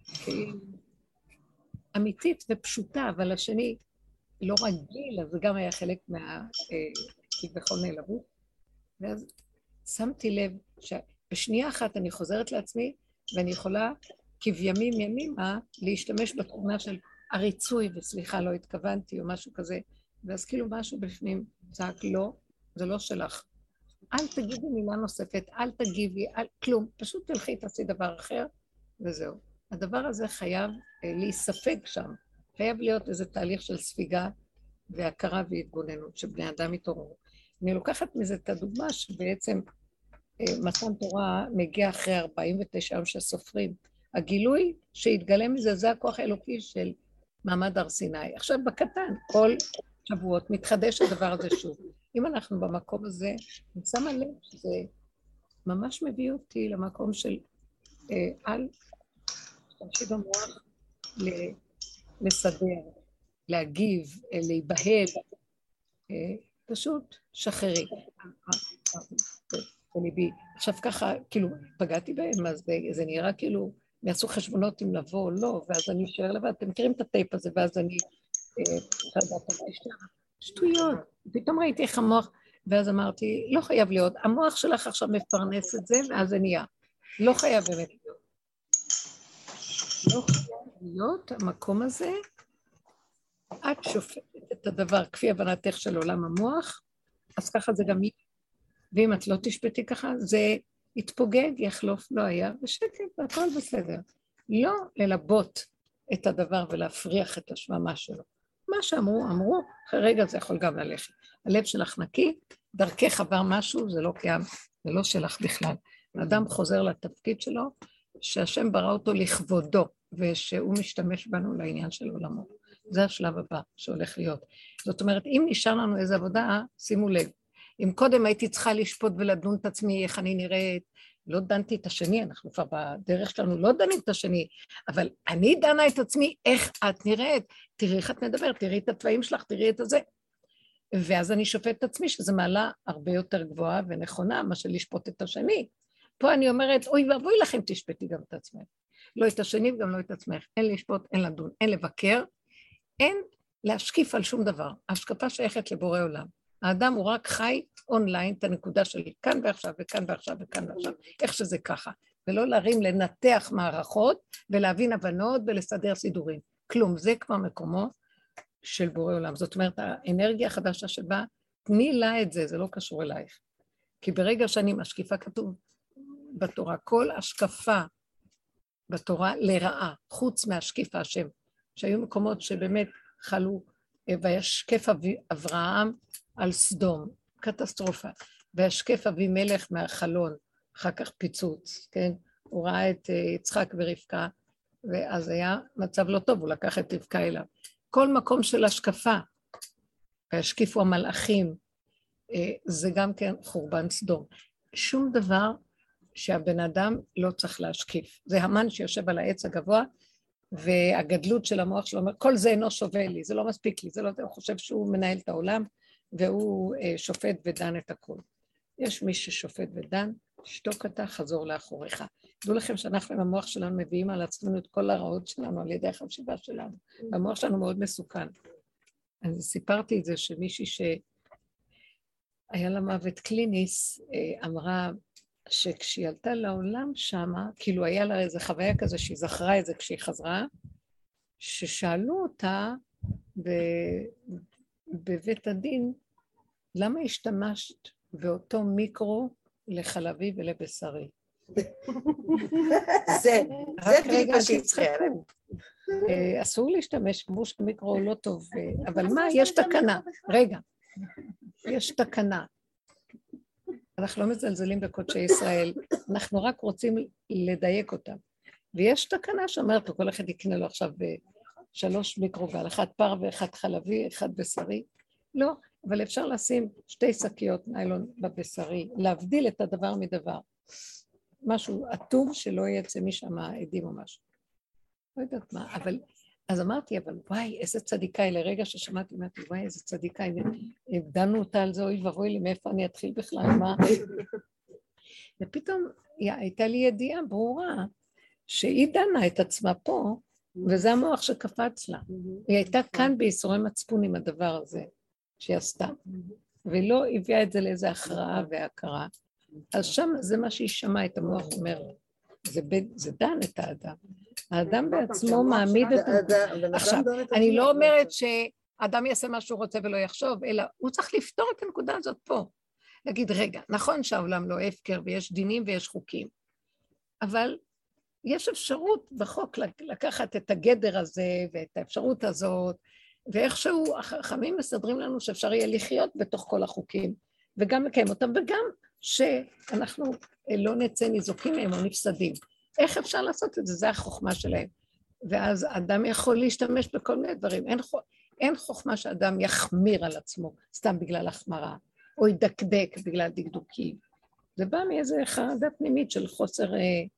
A: אמיתית ופשוטה, אבל השני לא רגיל, אז זה גם היה חלק כביכול נעלבות. ואז שמתי לב שבשנייה אחת אני חוזרת לעצמי, ואני יכולה כבימים ימימה להשתמש בתכונה של הריצוי, וסליחה, לא התכוונתי, או משהו כזה, ואז כאילו משהו בפנים צעק, לא, זה לא שלך. אל תגידי מילה נוספת, אל תגיבי, כלום, פשוט תלכי, תעשי דבר אחר, וזהו. הדבר הזה חייב להיספג שם, חייב להיות איזה תהליך של ספיגה, והכרה והתגוננות, שבני אדם יתעוררו. אני לוקחת מזה את הדוגמה שבעצם מתן תורה מגיע אחרי 49 יום שסופרים. הגילוי שהתגלה מזה זה הכוח האלוקי של מעמד הר סיני. עכשיו בקטן, כל שבועות מתחדש הדבר הזה שוב. אם אנחנו במקום הזה, אני שמה לב שזה ממש מביא אותי למקום של על תמשי במוח לסדר, להגיב, להיבהל, פשוט שחררי. עכשיו ככה, כאילו, פגעתי בהם, אז זה נראה כאילו, יעשו חשבונות אם לבוא או לא, ואז אני אשאר לבד, אתם מכירים את הטייפ הזה, ואז אני, שטויות, פתאום ראיתי איך המוח, ואז אמרתי, לא חייב להיות, המוח שלך עכשיו מפרנס את זה, ואז זה נהיה. לא חייב באמת להיות. לא חייב להיות המקום הזה, את שופטת את הדבר כפי הבנתך של עולם המוח, אז ככה זה גם יהיה. ואם את לא תשפטי ככה, זה יתפוגג, יחלוף, לא היה, ושקט, והכל בסדר. לא ללבות את הדבר ולהפריח את השממה שלו. מה שאמרו, אמרו, אחרי רגע זה יכול גם ללכת. הלב שלך נקי, דרכך עבר משהו, זה לא קיים, זה לא שלך בכלל. האדם חוזר לתפקיד שלו, שהשם ברא אותו לכבודו, ושהוא משתמש בנו לעניין של עולמו. זה השלב הבא שהולך להיות. זאת אומרת, אם נשאר לנו איזו עבודה, שימו לב. אם קודם הייתי צריכה לשפוט ולדון את עצמי, איך אני נראית, לא דנתי את השני, אנחנו כבר בדרך שלנו לא דנים את השני, אבל אני דנה את עצמי, איך את נראית, תראי איך את מדברת, תראי את התוואים שלך, תראי את הזה. ואז אני שופט את עצמי, שזו מעלה הרבה יותר גבוהה ונכונה, מה של לשפוט את השני. פה אני אומרת, אוי ואבוי לכם, תשפטי גם את עצמך. לא את השני וגם לא את עצמך. אין לשפוט, אין לדון, אין לבקר, אין להשקיף על שום דבר. ההשקפה שייכת לבורא עולם. האדם הוא רק חי אונליין את הנקודה של כאן ועכשיו וכאן ועכשיו וכאן ועכשיו, איך שזה ככה. ולא להרים לנתח מערכות ולהבין הבנות ולסדר סידורים. כלום, זה כבר מקומו של בורא עולם. זאת אומרת, האנרגיה החדשה שבה, תני לה את זה, זה לא קשור אלייך. כי ברגע שאני משקיפה, כתוב בתורה, כל השקפה בתורה לרעה, חוץ מהשקיפה השם, שהיו מקומות שבאמת חלו, וישקף אברהם על סדום, קטסטרופה, וישקף אבימלך מהחלון, אחר כך פיצוץ, כן? הוא ראה את יצחק ורבקה, ואז היה מצב לא טוב, הוא לקח את רבקה אליו. כל מקום של השקפה, וישקיפו המלאכים, זה גם כן חורבן סדום. שום דבר שהבן אדם לא צריך להשקיף. זה המן שיושב על העץ הגבוה, והגדלות של המוח שלו אומר, כל זה אינו שווה לי, זה לא מספיק לי, זה לא, הוא חושב שהוא מנהל את העולם, והוא שופט ודן את הכל. יש מי ששופט ודן, שתוק אתה, חזור לאחוריך. דעו לכם שאנחנו עם המוח שלנו מביאים על עצמנו את כל הרעות שלנו, על ידי החשיבה שלנו. והמוח שלנו מאוד מסוכן. אז סיפרתי את זה שמישהי שהיה לה מוות קליניס, אמרה שכשהיא עלתה לעולם שמה, כאילו היה לה איזו חוויה כזה שהיא זכרה את זה כשהיא חזרה, ששאלו אותה בבית הדין, למה השתמשת באותו מיקרו לחלבי ולבשרי?
C: זה
A: בדיוק מה שיצחקו. אסור להשתמש, כמו שמיקרו הוא לא טוב, אבל מה, יש תקנה. רגע, יש תקנה. אנחנו לא מזלזלים בקודשי ישראל, אנחנו רק רוצים לדייק אותם. ויש תקנה שאומרת, כל אחד יקנה לו עכשיו 3 מיקרוגל, 1 פר ו1 חלבי, 1 בשרי. לא, אבל אפשר לשים 2 שקיות ניילון בבשרי, להבדיל את הדבר מדבר. משהו אטום שלא יצא משם עדים או משהו. לא יודעת מה, אבל... אז אמרתי, אבל וואי, איזה צדיקה היא, לרגע ששמעתי, אמרתי, וואי, איזה צדיקה היא, דנו אותה על זה, אוי ובואי לי, מאיפה אני אתחיל בכלל, מה? ופתאום הייתה לי ידיעה ברורה, שהיא דנה את עצמה פה, וזה המוח שקפץ לה. היא הייתה כאן ביסורי מצפון עם הדבר הזה, שהיא עשתה, ולא הביאה את זה לאיזו הכרעה והכרה. אז שם זה מה שהיא שמעה, את המוח אומר, זה דן את האדם. האדם בעצמו מעמיד את... עכשיו, אני לא אומרת שהאדם יעשה מה שהוא רוצה ולא יחשוב, אלא הוא צריך לפתור את הנקודה הזאת פה. להגיד, רגע, נכון שהעולם לא הפקר ויש דינים ויש חוקים, אבל יש אפשרות בחוק לקחת את הגדר הזה ואת האפשרות הזאת, ואיכשהו החכמים מסדרים לנו שאפשר יהיה לחיות בתוך כל החוקים, וגם לקיים אותם, וגם שאנחנו לא נצא ניזוקים מהם או נפסדים. איך אפשר לעשות את זה? זה החוכמה שלהם. ואז אדם יכול להשתמש בכל מיני דברים. אין חוכמה שאדם יחמיר על עצמו, סתם בגלל החמרה, או ידקדק בגלל דקדוקים. זה בא מאיזו חרדה פנימית של חוסר,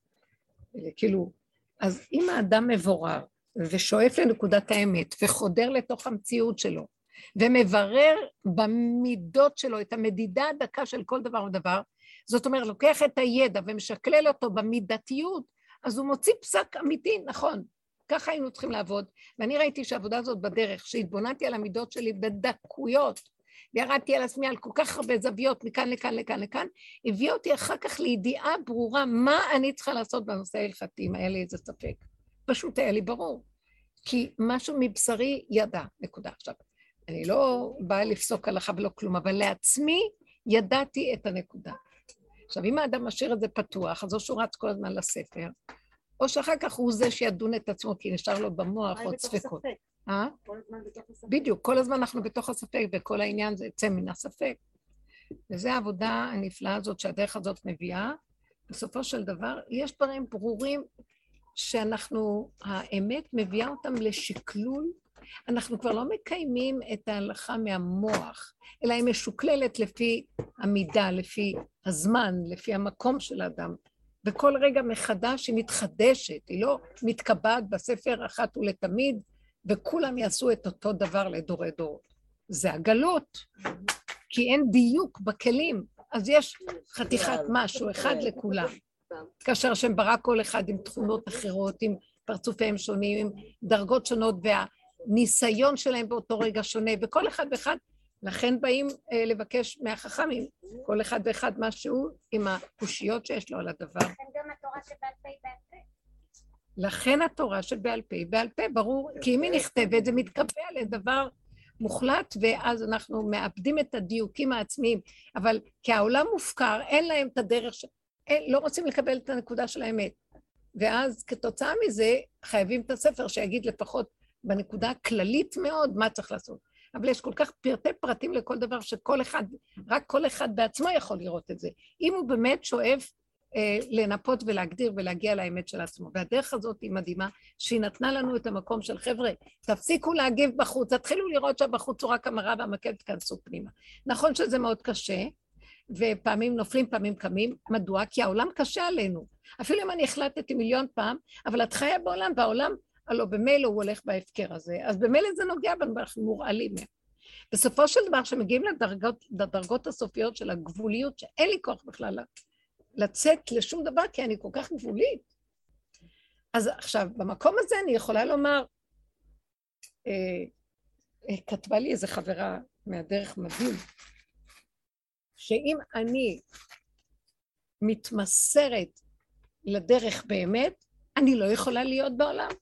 A: כאילו, אז אם האדם מבורר, ושואף לנקודת האמת, וחודר לתוך המציאות שלו, ומברר במידות שלו את המדידה הדקה של כל דבר ודבר, זאת אומרת, לוקח את הידע ומשקלל אותו במידתיות, אז הוא מוציא פסק אמיתי, נכון, ככה היינו צריכים לעבוד, ואני ראיתי שהעבודה הזאת בדרך, שהתבוננתי על המידות שלי בדקויות, וירדתי על עצמי על כל כך הרבה זוויות, מכאן לכאן, לכאן, לכאן, הביא אותי אחר כך לידיעה ברורה, מה אני צריכה לעשות בנושא ההלכתי, אם היה לי איזה ספק. פשוט היה לי ברור, כי משהו מבשרי ידע, נקודה. עכשיו, אני לא באה לפסוק הלכה ולא כלום, אבל לעצמי ידעתי את הנקודה. עכשיו, אם האדם משאיר את זה פתוח, אז או שהוא רץ כל הזמן לספר, או שאחר כך הוא זה שידון את עצמו, כי נשאר לו במוח עוד ספקות.
B: כל הזמן בתוך הספק.
A: בדיוק, כל הזמן אנחנו בתוך הספק, וכל העניין זה יצא מן הספק. וזו העבודה הנפלאה הזאת, שהדרך הזאת מביאה. בסופו של דבר, יש דברים ברורים שאנחנו, האמת מביאה אותם לשקלול, אנחנו כבר לא מקיימים את ההלכה מהמוח, אלא היא משוקללת לפי המידה, לפי הזמן, לפי המקום של האדם. בכל רגע מחדש היא מתחדשת, היא לא מתקבעת בספר אחת ולתמיד, וכולם יעשו את אותו דבר לדורי דור. זה הגלות, כי אין דיוק בכלים, אז יש חתיכת משהו אחד לכולם. כאשר שם ברא כל אחד עם תכונות אחרות, עם פרצופיהם שונים, עם דרגות שונות, והניסיון שלהם באותו רגע שונה, וכל אחד ואחד, לכן באים לבקש מהחכמים, כל אחד ואחד משהו עם הקושיות שיש לו על הדבר.
D: לכן גם התורה שבעל פה היא בעל פה.
A: לכן התורה שבעל פה היא בעל פה, ברור, כי אם היא נכתבת זה מתקבע לדבר מוחלט, ואז אנחנו מאבדים את הדיוקים העצמיים, אבל כי העולם מופקר, אין להם את הדרך, לא רוצים לקבל את הנקודה של האמת, ואז כתוצאה מזה חייבים את הספר שיגיד לפחות בנקודה הכללית מאוד מה צריך לעשות. אבל יש כל כך פרטי פרטים לכל דבר שכל אחד, רק כל אחד בעצמו יכול לראות את זה. אם הוא באמת שואף לנפות ולהגדיר ולהגיע לאמת של עצמו. והדרך הזאת היא מדהימה, שהיא נתנה לנו את המקום של חבר'ה, תפסיקו להגיב בחוץ, תתחילו לראות שהבחוץ הוא רק המראה והמקל תכנסו פנימה. נכון שזה מאוד קשה, ופעמים נופלים, פעמים קמים. מדוע? כי העולם קשה עלינו. אפילו אם אני החלטתי מיליון פעם, אבל את חיה בעולם, והעולם, הלוא במילא הוא הולך בהפקר הזה, אז במילא זה נוגע בנו, אנחנו מורעלים. בסופו של דבר, שמגיעים לדרגות הסופיות של הגבוליות, שאין לי כוח בכלל לצאת לשום דבר, כי אני כל כך גבולית. אז עכשיו, במקום הזה אני יכולה לומר, כתבה לי איזו חברה מהדרך מדהים, שאם אני מתמסרת לדרך באמת, אני לא יכולה להיות בעולם.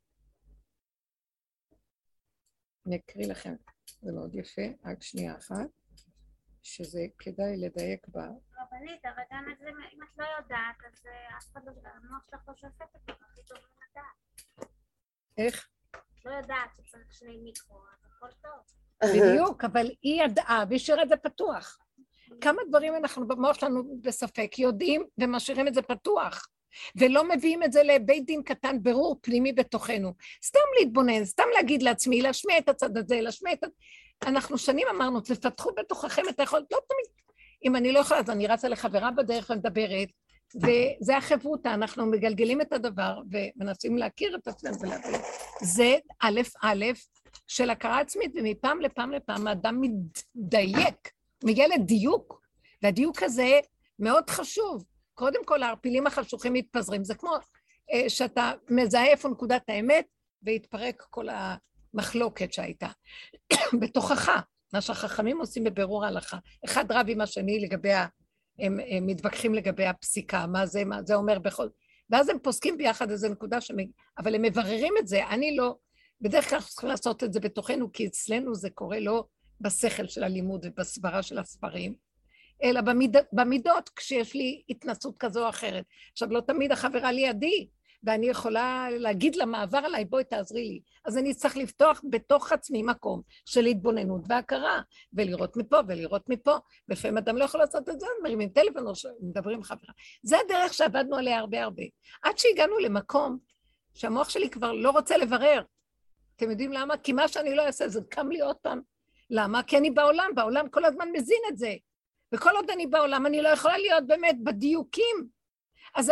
A: אני אקריא לכם, זה מאוד יפה, רק שנייה אחת, שזה כדאי לדייק בה.
D: רבנית, אבל גם את זה, אם את לא יודעת, אז אף אחד לא יודעת, המוח שלך לא שופט את זה, הכי טוב לא לדעת.
A: איך?
D: את לא יודעת שצריך 2 מיקרו, אז הכל טוב.
A: בדיוק, אבל היא ידעה, והיא השאירה את זה פתוח. כמה דברים אנחנו במוח שלנו בספק יודעים ומשאירים את זה פתוח. ולא מביאים את זה לבית דין קטן, ברור פנימי בתוכנו. סתם להתבונן, סתם להגיד לעצמי, להשמיע את הצד הזה, להשמיע את... אנחנו שנים אמרנו, תפתחו בתוככם את היכולת, לא תמיד. אם אני לא יכולה, אז אני רצה לחברה בדרך ומדברת, וזה החברותה, אנחנו מגלגלים את הדבר, ומנסים להכיר את עצמם ולהבין. זה א' של הכרה עצמית, ומפעם לפעם לפעם האדם מדייק, מגיע לדיוק, והדיוק הזה מאוד חשוב. קודם כל, הערפילים החשוכים מתפזרים, זה כמו שאתה מזהה איפה נקודת האמת, והתפרק כל המחלוקת שהייתה. בתוכך, מה שהחכמים עושים בבירור ההלכה, אחד רב עם השני לגבי, הם מתווכחים לגבי הפסיקה, מה זה אומר בכל, ואז הם פוסקים ביחד איזו נקודה, אבל הם מבררים את זה, אני לא, בדרך כלל אנחנו צריכים לעשות את זה בתוכנו, כי אצלנו זה קורה לא בשכל של הלימוד ובסברה של הספרים, אלא במידות, כשיש לי התנסות כזו או אחרת. עכשיו, לא תמיד החברה לידי, ואני יכולה להגיד לה מעבר עליי, בואי תעזרי לי. אז אני צריך לפתוח בתוך עצמי מקום של התבוננות והכרה, ולראות מפה ולראות מפה. לפעמים אדם לא יכול לעשות את זה, מרימים טלפון או מדברים חברה. זה הדרך שעבדנו עליה הרבה. עד שהגענו למקום שהמוח שלי כבר לא רוצה לברר. אתם יודעים למה? כי מה שאני לא אעשה, זה קם לי עוד פעם. למה? כי אני בעולם כל הזמן מזין את זה. וכל עוד אני בעולם, אני לא יכולה להיות באמת בדיוקים. אז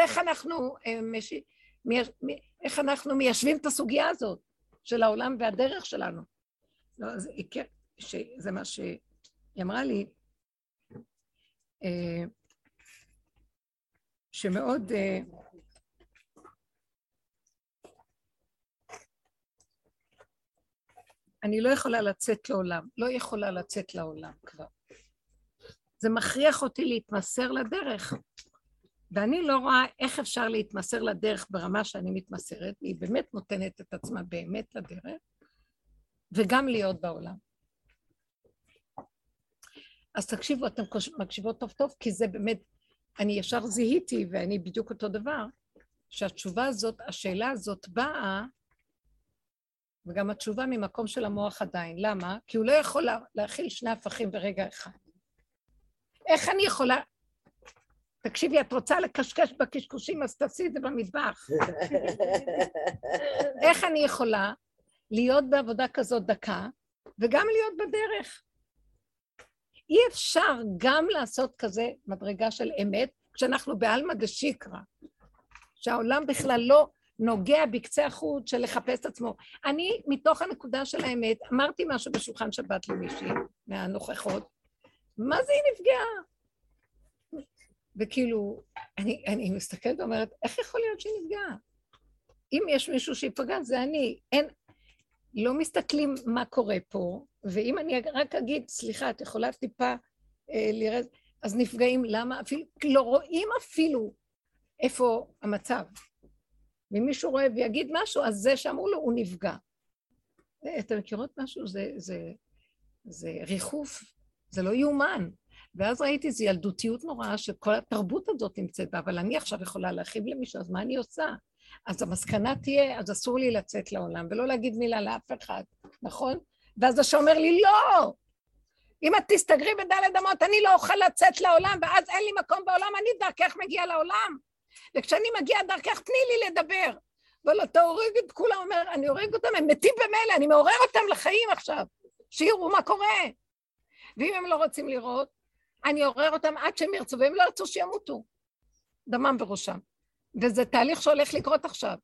A: איך אנחנו מיישבים את הסוגיה הזאת של העולם והדרך שלנו? לא, זה מה שהיא אמרה לי, שמאוד... אני לא יכולה לצאת לעולם, לא יכולה לצאת לעולם כבר. זה מכריח אותי להתמסר לדרך, ואני לא רואה איך אפשר להתמסר לדרך ברמה שאני מתמסרת, היא באמת נותנת את עצמה באמת לדרך, וגם להיות בעולם. אז תקשיבו, אתם מקשיבות טוב טוב, כי זה באמת, אני ישר זיהיתי, ואני בדיוק אותו דבר, שהתשובה הזאת, השאלה הזאת באה, וגם התשובה ממקום של המוח עדיין. למה? כי הוא לא יכול להכיל שני הפכים ברגע אחד. איך אני יכולה... תקשיבי, את רוצה לקשקש בקשקושים, אז תעשי את זה במטבח. איך אני יכולה להיות בעבודה כזאת דקה, וגם להיות בדרך? אי אפשר גם לעשות כזה מדרגה של אמת, כשאנחנו בעלמא דשיקרא, שהעולם בכלל לא נוגע בקצה החוט של לחפש את עצמו. אני, מתוך הנקודה של האמת, אמרתי משהו בשולחן שבת למישהי, מהנוכחות, מה זה היא נפגעה? וכאילו, אני מסתכלת ואומרת, איך יכול להיות שהיא נפגעה? אם יש מישהו שיפגע, זה אני. לא מסתכלים מה קורה פה, ואם אני רק אגיד, סליחה, את יכולה טיפה לראות, אז נפגעים, למה? אפילו, לא רואים אפילו איפה המצב. ואם מישהו רואה ויגיד משהו, אז זה שאמרו לו, הוא נפגע. אתם מכירות משהו? זה ריחוף, זה לא יאומן. ואז ראיתי איזו ילדותיות נוראה שכל התרבות הזאת נמצאת בה, אבל אני עכשיו יכולה להרחיב למישהו, אז מה אני עושה? אז המסקנה תהיה, אז אסור לי לצאת לעולם, ולא להגיד מילה לאף אחד, נכון? ואז השם אומר לי, לא! אם את תסתגרי בדלת אמות, אני לא אוכל לצאת לעולם, ואז אין לי מקום בעולם, אני דרכך מגיע לעולם. וכשאני מגיע דרכך, תני לי לדבר. אבל אתה הורג את כולם, אומר, אני הורג אותם, הם מתים במילא, אני מעורר אותם לחיים עכשיו, שיראו מה קורה. ואם הם לא רוצים לראות, אני עורר אותם עד שהם ירצו, והם לא ירצו שימותו. דמם בראשם. וזה תהליך שהולך לקרות עכשיו.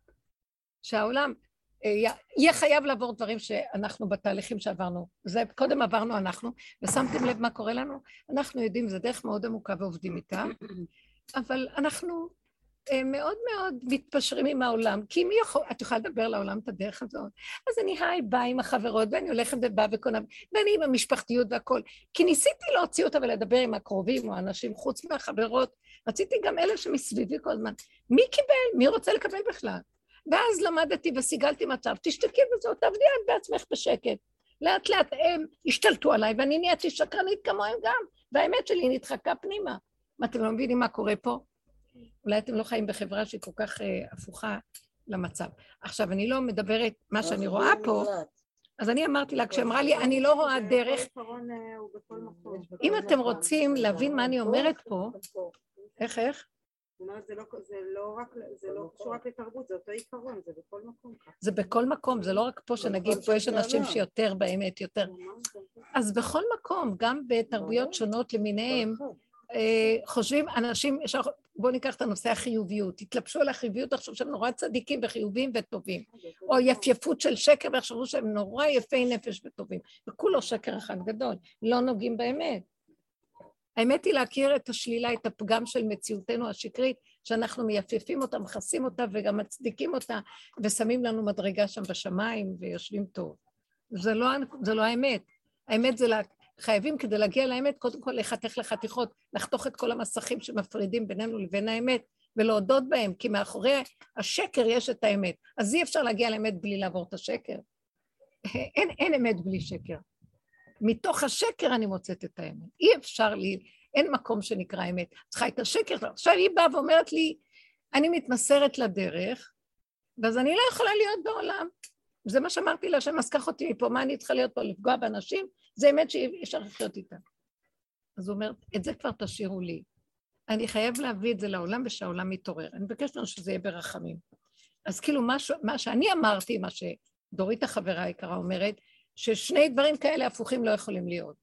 A: שהעולם יהיה חייב לעבור דברים שאנחנו בתהליכים שעברנו. זה קודם עברנו אנחנו, ושמתם לב מה קורה לנו? אנחנו יודעים, זה דרך מאוד עמוקה ועובדים איתה, אבל אנחנו מאוד מאוד מתפשרים עם העולם, כי מי יכול, את יכולה לדבר לעולם את הדרך הזאת, אז אני באה עם החברות, ואני הולכת ובאה וקונה, ואני עם המשפחתיות והכל, כי ניסיתי להוציא אותה ולדבר עם הקרובים או האנשים חוץ מהחברות, רציתי גם אלה שמסביבי כל הזמן, מי קיבל? מי רוצה לקבל בכלל? ואז למדתי וסיגלתי מצב, תשתקי וזאת, תעבדי את בעצמך בשקט, לאט לאט הם השתלטו עליי, ואני נהייתי שקרנית כמוהם גם, והאמת שלי נדחקה פנימה. מה, אתם לא מבינים מה קורה פה? אולי אתם לא חיים בחברה שהיא כל כך הפוכה למצב. עכשיו, אני לא מדברת מה שאני רואה פה, אז אני אמרתי לה, כשאמרה לי, אני לא רואה דרך, אם אתם רוצים להבין מה אני אומרת פה, איך?
B: זאת אומרת, זה לא קשור רק לתרבות, זה אותו עיקרון, זה בכל מקום ככה.
A: זה בכל מקום, זה לא רק פה שנגיד, פה יש אנשים שיותר באמת, יותר. אז בכל מקום, גם בתרבויות שונות למיניהם, חושבים אנשים, בואו ניקח את הנושא החיוביות, התלבשו על החיוביות, עכשיו שהם נורא צדיקים וחיוביים וטובים, או יפייפות של שקר, ויחשבו שהם נורא יפי נפש וטובים, וכולו שקר אחד גדול, לא נוגעים באמת. האמת היא להכיר את השלילה, את הפגם של מציאותנו השקרית, שאנחנו מייפייפים אותה, מכסים אותה וגם מצדיקים אותה, ושמים לנו מדרגה שם בשמיים ויושבים טוב. זה לא האמת. האמת זה חייבים כדי להגיע לאמת, קודם כל לחתך לחתיכות, לחתוך את כל המסכים שמפרידים בינינו לבין האמת, ולהודות בהם, כי מאחורי השקר יש את האמת. אז אי אפשר להגיע לאמת בלי לעבור את השקר. אין אמת בלי שקר. מתוך השקר אני מוצאת את האמת. אי אפשר לי, אין מקום שנקרא אמת. צריכה את השקר. עכשיו היא באה ואומרת לי, אני מתמסרת לדרך, ואז אני לא יכולה להיות בעולם. זה מה שאמרתי לה, שהם מסכח אותי מפה, מה אני צריכה להיות פה, לפגוע באנשים? זה אמת שאי אפשר לחיות איתה. אז הוא אומר, את זה כבר תשאירו לי. אני חייב להביא את זה לעולם, ושהעולם מתעורר. אני מבקש לנו שזה יהיה ברחמים. אז כאילו מה שאני אמרתי, מה שדורית החברה היקרה אומרת, ששני דברים כאלה הפוכים לא יכולים להיות.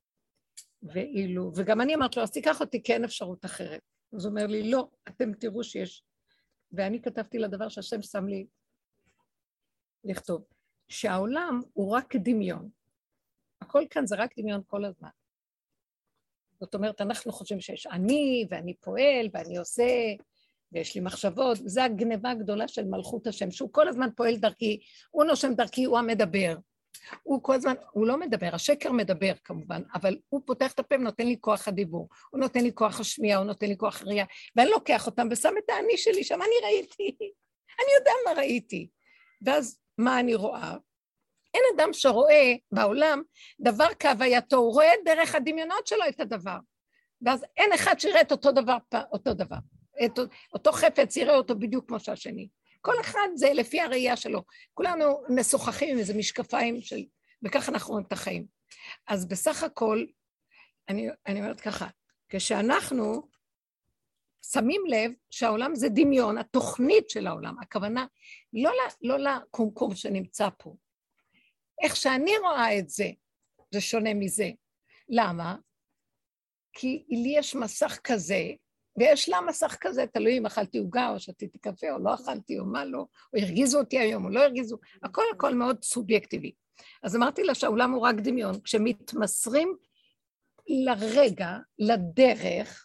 A: וגם אני אמרת לו, אז תיקח אותי, כי אין אפשרות אחרת. אז הוא אומר לי, לא, אתם תראו שיש. ואני כתבתי לדבר שהשם שם לי לכתוב, שהעולם הוא רק דמיון. הכל כאן זה רק דמיון כל הזמן. זאת אומרת, אנחנו חושבים שיש אני, ואני פועל, ואני עושה, ויש לי מחשבות, וזו הגניבה הגדולה של מלכות השם, שהוא כל הזמן פועל דרכי, הוא נושם דרכי, הוא המדבר. הוא כל הזמן, הוא לא מדבר, השקר מדבר כמובן, אבל הוא פותח את הפה ונותן לי כוח הדיבור, הוא נותן לי כוח השמיעה, הוא נותן לי כוח הראייה, ואני לוקח אותם ושם את האני שלי שם, אני ראיתי, אני יודע מה ראיתי. ואז מה אני רואה? אין אדם שרואה בעולם דבר כהווייתו, הוא רואה דרך הדמיונות שלו את הדבר. ואז אין אחד שיראה את אותו דבר. אותו חפץ יראה אותו בדיוק כמו שהשני. כל אחד זה לפי הראייה שלו. כולנו משוחחים עם איזה משקפיים וככה אנחנו רואים את החיים. אז בסך הכל, אני אומרת ככה, כשאנחנו שמים לב שהעולם זה דמיון, התוכנית של העולם, הכוונה לא לקומקום שנמצא פה. איך שאני רואה את זה, זה שונה מזה. למה? כי לי יש מסך כזה, ויש לה מסך כזה, תלוי אם אכלתי עוגה, או שתיתי קפה, או לא אכלתי, או מה לא, או הרגיזו אותי היום, או לא הרגיזו, הכל מאוד סובייקטיבי. אז אמרתי לה שהעולם הוא רק דמיון, כשמתמסרים לרגע, לדרך,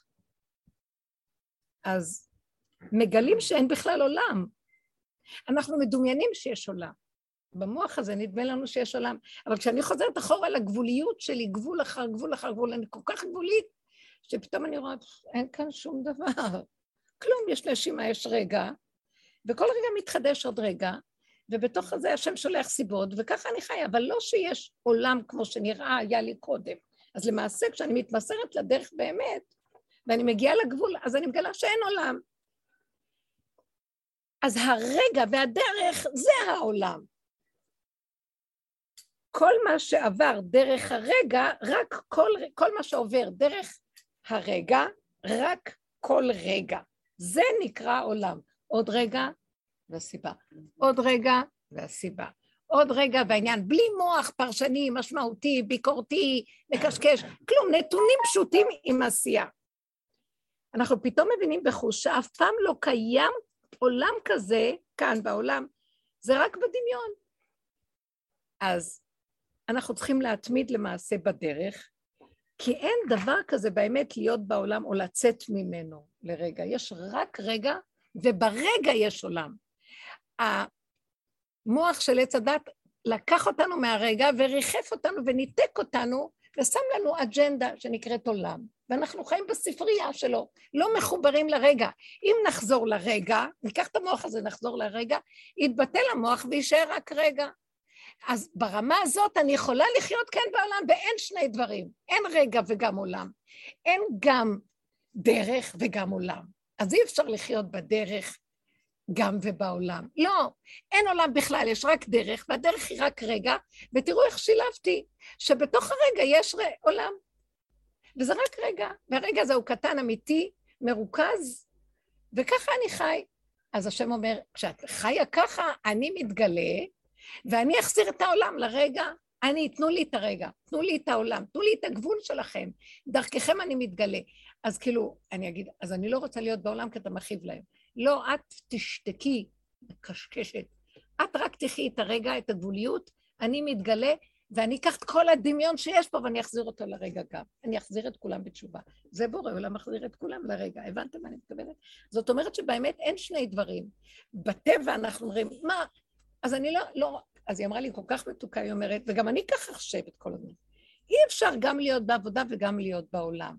A: אז מגלים שאין בכלל עולם. אנחנו מדומיינים שיש עולם. במוח הזה נדמה לנו שיש עולם, אבל כשאני חוזרת אחורה לגבוליות שלי, גבול אחר גבול אחר גבול, אני כל כך גבולית, שפתאום אני רואה, אין כאן שום דבר. כלום, יש נשימה, יש רגע, וכל רגע מתחדש עוד רגע, ובתוך הזה השם שולח סיבות, וככה אני חיה, אבל לא שיש עולם כמו שנראה היה לי קודם. אז למעשה, כשאני מתמסרת לדרך באמת, ואני מגיעה לגבול, אז אני מגלה שאין עולם. אז הרגע והדרך זה העולם. כל מה שעבר דרך הרגע, רק כל מה שעובר דרך הרגע, רק כל רגע. זה נקרא עולם. עוד רגע והסיבה. עוד רגע והסיבה. עוד רגע והעניין, בלי מוח פרשני, משמעותי, ביקורתי, מקשקש, כלום, נתונים פשוטים עם עשייה. אנחנו פתאום מבינים בחוש שאף פעם לא קיים עולם כזה, כאן בעולם, זה רק בדמיון. אז אנחנו צריכים להתמיד למעשה בדרך, כי אין דבר כזה באמת להיות בעולם או לצאת ממנו לרגע. יש רק רגע, וברגע יש עולם. המוח של עץ הדת לקח אותנו מהרגע וריחף אותנו וניתק אותנו, ושם לנו אג'נדה שנקראת עולם. ואנחנו חיים בספרייה שלו, לא מחוברים לרגע. אם נחזור לרגע, ניקח את המוח הזה, נחזור לרגע, יתבטל המוח וישאר רק רגע. אז ברמה הזאת אני יכולה לחיות כאן בעולם, ואין שני דברים. אין רגע וגם עולם. אין גם דרך וגם עולם. אז אי אפשר לחיות בדרך גם ובעולם. לא, אין עולם בכלל, יש רק דרך, והדרך היא רק רגע, ותראו איך שילבתי, שבתוך הרגע יש עולם. וזה רק רגע, והרגע הזה הוא קטן, אמיתי, מרוכז, וככה אני חי. אז השם אומר, כשאת חיה ככה, אני מתגלה, ואני אחזיר את העולם לרגע, תנו לי את הרגע, תנו לי את העולם, תנו לי את הגבול שלכם, דרככם אני מתגלה. אז כאילו, אני אגיד, אז אני לא רוצה להיות בעולם כי אתה מכאיב להם. לא, את תשתקי, קשקשת, את רק תחי את הרגע, את הגבוליות, אני מתגלה, ואני אקח את כל הדמיון שיש פה, ואני אחזיר אותו לרגע גם. אני אחזיר את כולם בתשובה. זה בורא עולם מחזיר את כולם לרגע. הבנתם מה אני מתכוונת? זאת אומרת שבאמת אין שני דברים. בטבע אנחנו אומרים, מה? אז אני לא, אז היא אמרה לי כל כך מתוקה, היא אומרת, וגם אני ככה חושבת כל הזמן. אי אפשר גם להיות בעבודה וגם להיות בעולם.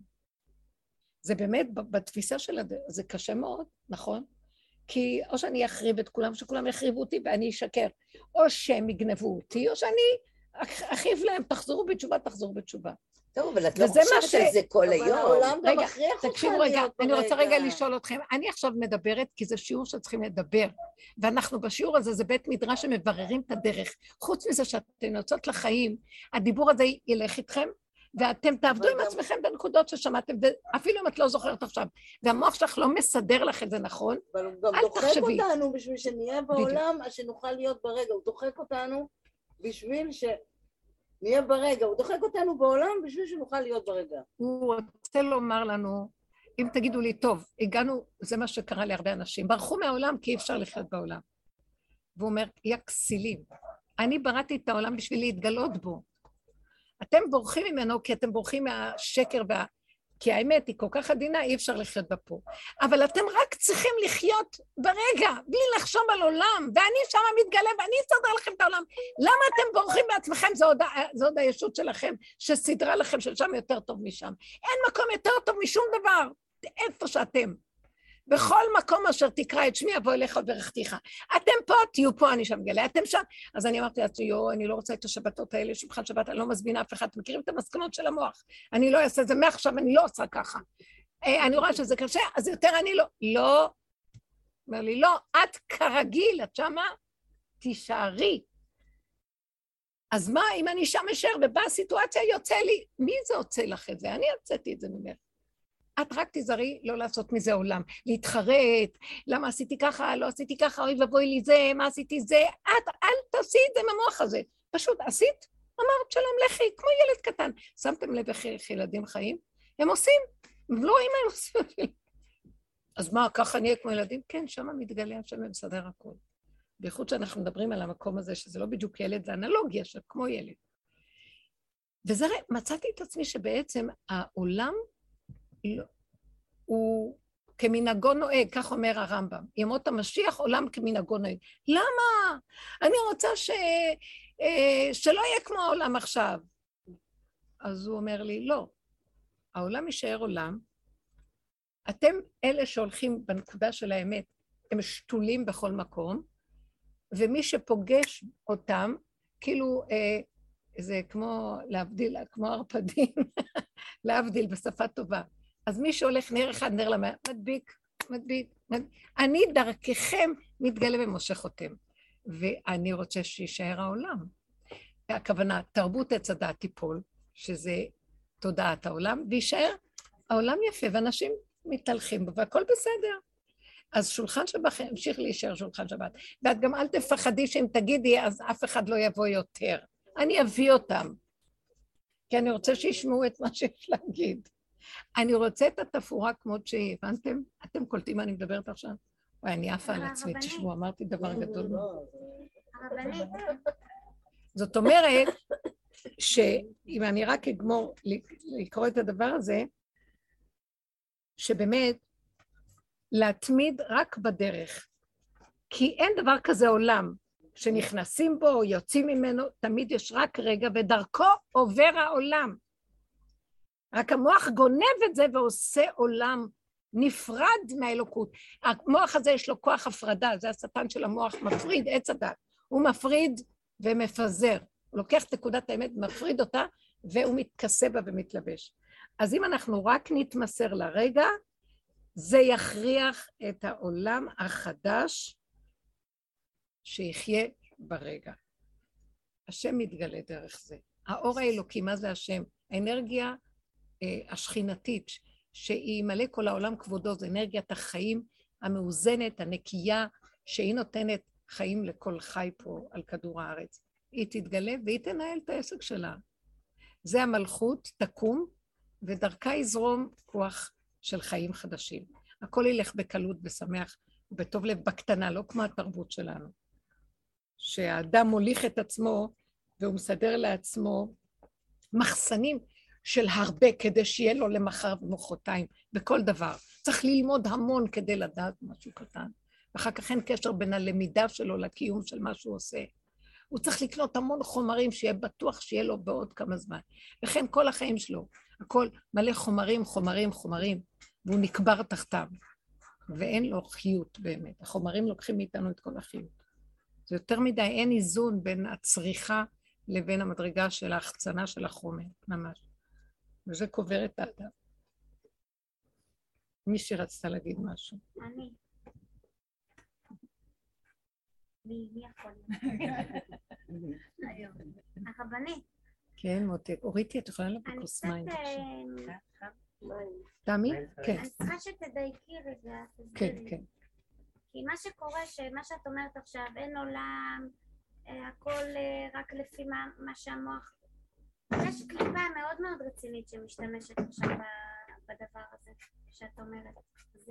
A: זה באמת, בתפיסה של זה קשה מאוד, נכון? כי או שאני אחריב את כולם, שכולם יחריבו אותי ואני אשקר, או שהם יגנבו אותי, או שאני אחיב להם, תחזרו בתשובה, תחזרו בתשובה.
C: טוב, אבל את לא חושבת על זה כל היום.
A: רגע, תקשיבו רגע, אני רוצה רגע לשאול אתכם, אני עכשיו מדברת כי זה שיעור שצריכים לדבר, ואנחנו בשיעור הזה, זה בית מדרש שמבררים את הדרך. חוץ מזה שאתן יוצאות לחיים, הדיבור הזה ילך איתכם, ואתם תעבדו עם עצמכם בנקודות ששמעתם, ואפילו אם את לא זוכרת עכשיו, והמוח שלך לא מסדר לך את זה נכון,
E: אבל הוא גם דוחק אותנו בשביל שנהיה בעולם, שנוכל להיות ברגע, הוא דוחק אותנו בשביל נהיה ברגע, הוא דוחק אותנו בעולם בשביל שנוכל להיות ברגע.
A: הוא רוצה לומר לנו, אם תגידו לי, טוב, הגענו, זה מה שקרה להרבה אנשים, ברחו מהעולם כי אי אפשר לחיות בעולם. והוא אומר, יא כסילים, אני בראתי את העולם בשביל להתגלות בו. אתם בורחים ממנו כי אתם בורחים מהשקר כי האמת היא כל כך עדינה, אי אפשר לחיות בה פה. אבל אתם רק צריכים לחיות ברגע, בלי לחשוב על עולם, ואני שם מתגלה, ואני אסדר לכם את העולם. למה אתם בורחים בעצמכם? זה עוד הישות שלכם, שסדרה לכם ששם יותר טוב משם. אין מקום יותר טוב משום דבר, איפה שאתם. בכל מקום אשר תקרא את שמי, אבוא אליך וברכתיך. אתם פה, תהיו פה, אני שם גלה, אתם שם. אז אני אמרתי לעצמי, אני לא רוצה את השבתות האלה, שולחן שבת, אני לא מזמינה אף אחד, אתם מכירים את המסקנות של המוח. אני לא אעשה את זה מעכשיו, אני לא עושה ככה. אני רואה שזה קשה, אז יותר אני לא. לא. אומר לי, לא, את כרגיל, את שמה, תישארי. אז מה, אם אני שם אשר, ובאה הסיטואציה, יוצא לי, מי זה הוצא לך את זה? אני הוצאתי את זה ממך. את רק תזרי לא לעשות מזה עולם, להתחרט, למה עשיתי ככה, לא עשיתי ככה, אוי ובואי לי זה, מה עשיתי זה, את אל תעשי את זה מהמוח הזה, פשוט עשית, אמרת שלום לכי, כמו ילד קטן, שמתם לב איך ילדים חיים? הם עושים, הם לא רואים מה הם עושים, אז מה, ככה נהיה כמו ילדים? כן, שם מתגלה השם ומסדר הכל, בייחוד שאנחנו מדברים על המקום הזה, שזה לא בדיוק ילד, זה אנלוגיה של כמו ילד, וזה מצאתי את עצמי שבעצם העולם, הוא כמנהגו נוהג, כך אומר הרמב"ם, ימות המשיח עולם כמנהגו נוהג. למה? אני רוצה שלא יהיה כמו העולם עכשיו. אז הוא אומר לי, לא, העולם יישאר עולם, אתם אלה שהולכים בנקודה של האמת, הם שתולים בכל מקום, ומי שפוגש אותם, כאילו, זה כמו להבדיל, כמו הרפדים, להבדיל בשפה טובה. אז מי שהולך נר אחד, נר למה, מדביק. אני דרככם מתגלה ומושך אותם. ואני רוצה שישאר העולם. הכוונה, תרבות עץ הדעת תיפול, שזה תודעת העולם, וישאר העולם יפה, ואנשים מתהלכים בו, והכל בסדר. אז שולחן שבת, המשיך להישאר שולחן שבת. ואת גם אל תפחדי שאם תגידי, אז אף אחד לא יבוא יותר. אני אביא אותם. כי אני רוצה שישמעו את מה שיש להגיד. אני רוצה את התפאורה כמות שהיא, הבנתם? אתם קולטים מה אני מדברת עכשיו? וואי, אני עפה על עצמי, תשמעו, אמרתי דבר גדול. זאת אומרת, שאם אני רק אגמור לקרוא את הדבר הזה, שבאמת, להתמיד רק בדרך, כי אין דבר כזה עולם, שנכנסים בו או יוצאים ממנו, תמיד יש רק רגע, ודרכו עובר העולם. רק המוח גונב את זה ועושה עולם נפרד מהאלוקות. המוח הזה יש לו כוח הפרדה, זה השטן של המוח, מפריד עץ הדת. הוא מפריד ומפזר. הוא לוקח את נקודת האמת, מפריד אותה, והוא מתכסה בה ומתלבש. אז אם אנחנו רק נתמסר לרגע, זה יכריח את העולם החדש שיחיה ברגע. השם מתגלה דרך זה. האור האלוקי, מה זה השם? האנרגיה השכינתית, שהיא מלא כל העולם כבודו, זה אנרגיית החיים המאוזנת, הנקייה, שהיא נותנת חיים לכל חי פה על כדור הארץ. היא תתגלה והיא תנהל את העסק שלה. זה המלכות, תקום, ודרכה יזרום כוח של חיים חדשים. הכל ילך בקלות, בשמח, ובטוב לב, בקטנה, לא כמו התרבות שלנו. שהאדם מוליך את עצמו, והוא מסדר לעצמו מחסנים של הרבה, כדי שיהיה לו למחר ומחרתיים, בכל דבר. צריך ללמוד המון כדי לדעת משהו קטן. ואחר כך אין קשר בין הלמידה שלו לקיום של מה שהוא עושה. הוא צריך לקנות המון חומרים שיהיה בטוח שיהיה לו בעוד כמה זמן. וכן כל החיים שלו, הכל מלא חומרים, חומרים, חומרים, והוא נקבר תחתם. ואין לו חיות באמת. החומרים לוקחים מאיתנו את כל החיות. זה יותר מדי, אין איזון בין הצריכה לבין המדרגה של ההחצנה של החומר, ממש. וזה קובר את האדם. מי שרצתה להגיד משהו.
D: אני. מי יכול? הרבנית.
A: כן, מותק. אוריתי, את יכולה לבוא כוס מים בבקשה. תמי? כן.
D: אני צריכה שתדייקי רגע.
A: כן, כן.
D: כי מה שקורה, שמה שאת אומרת עכשיו, אין עולם, הכל רק לפי מה שהמוח... יש קליפה מאוד מאוד רצינית שמשתמשת עכשיו בדבר הזה, שאת אומרת. זה...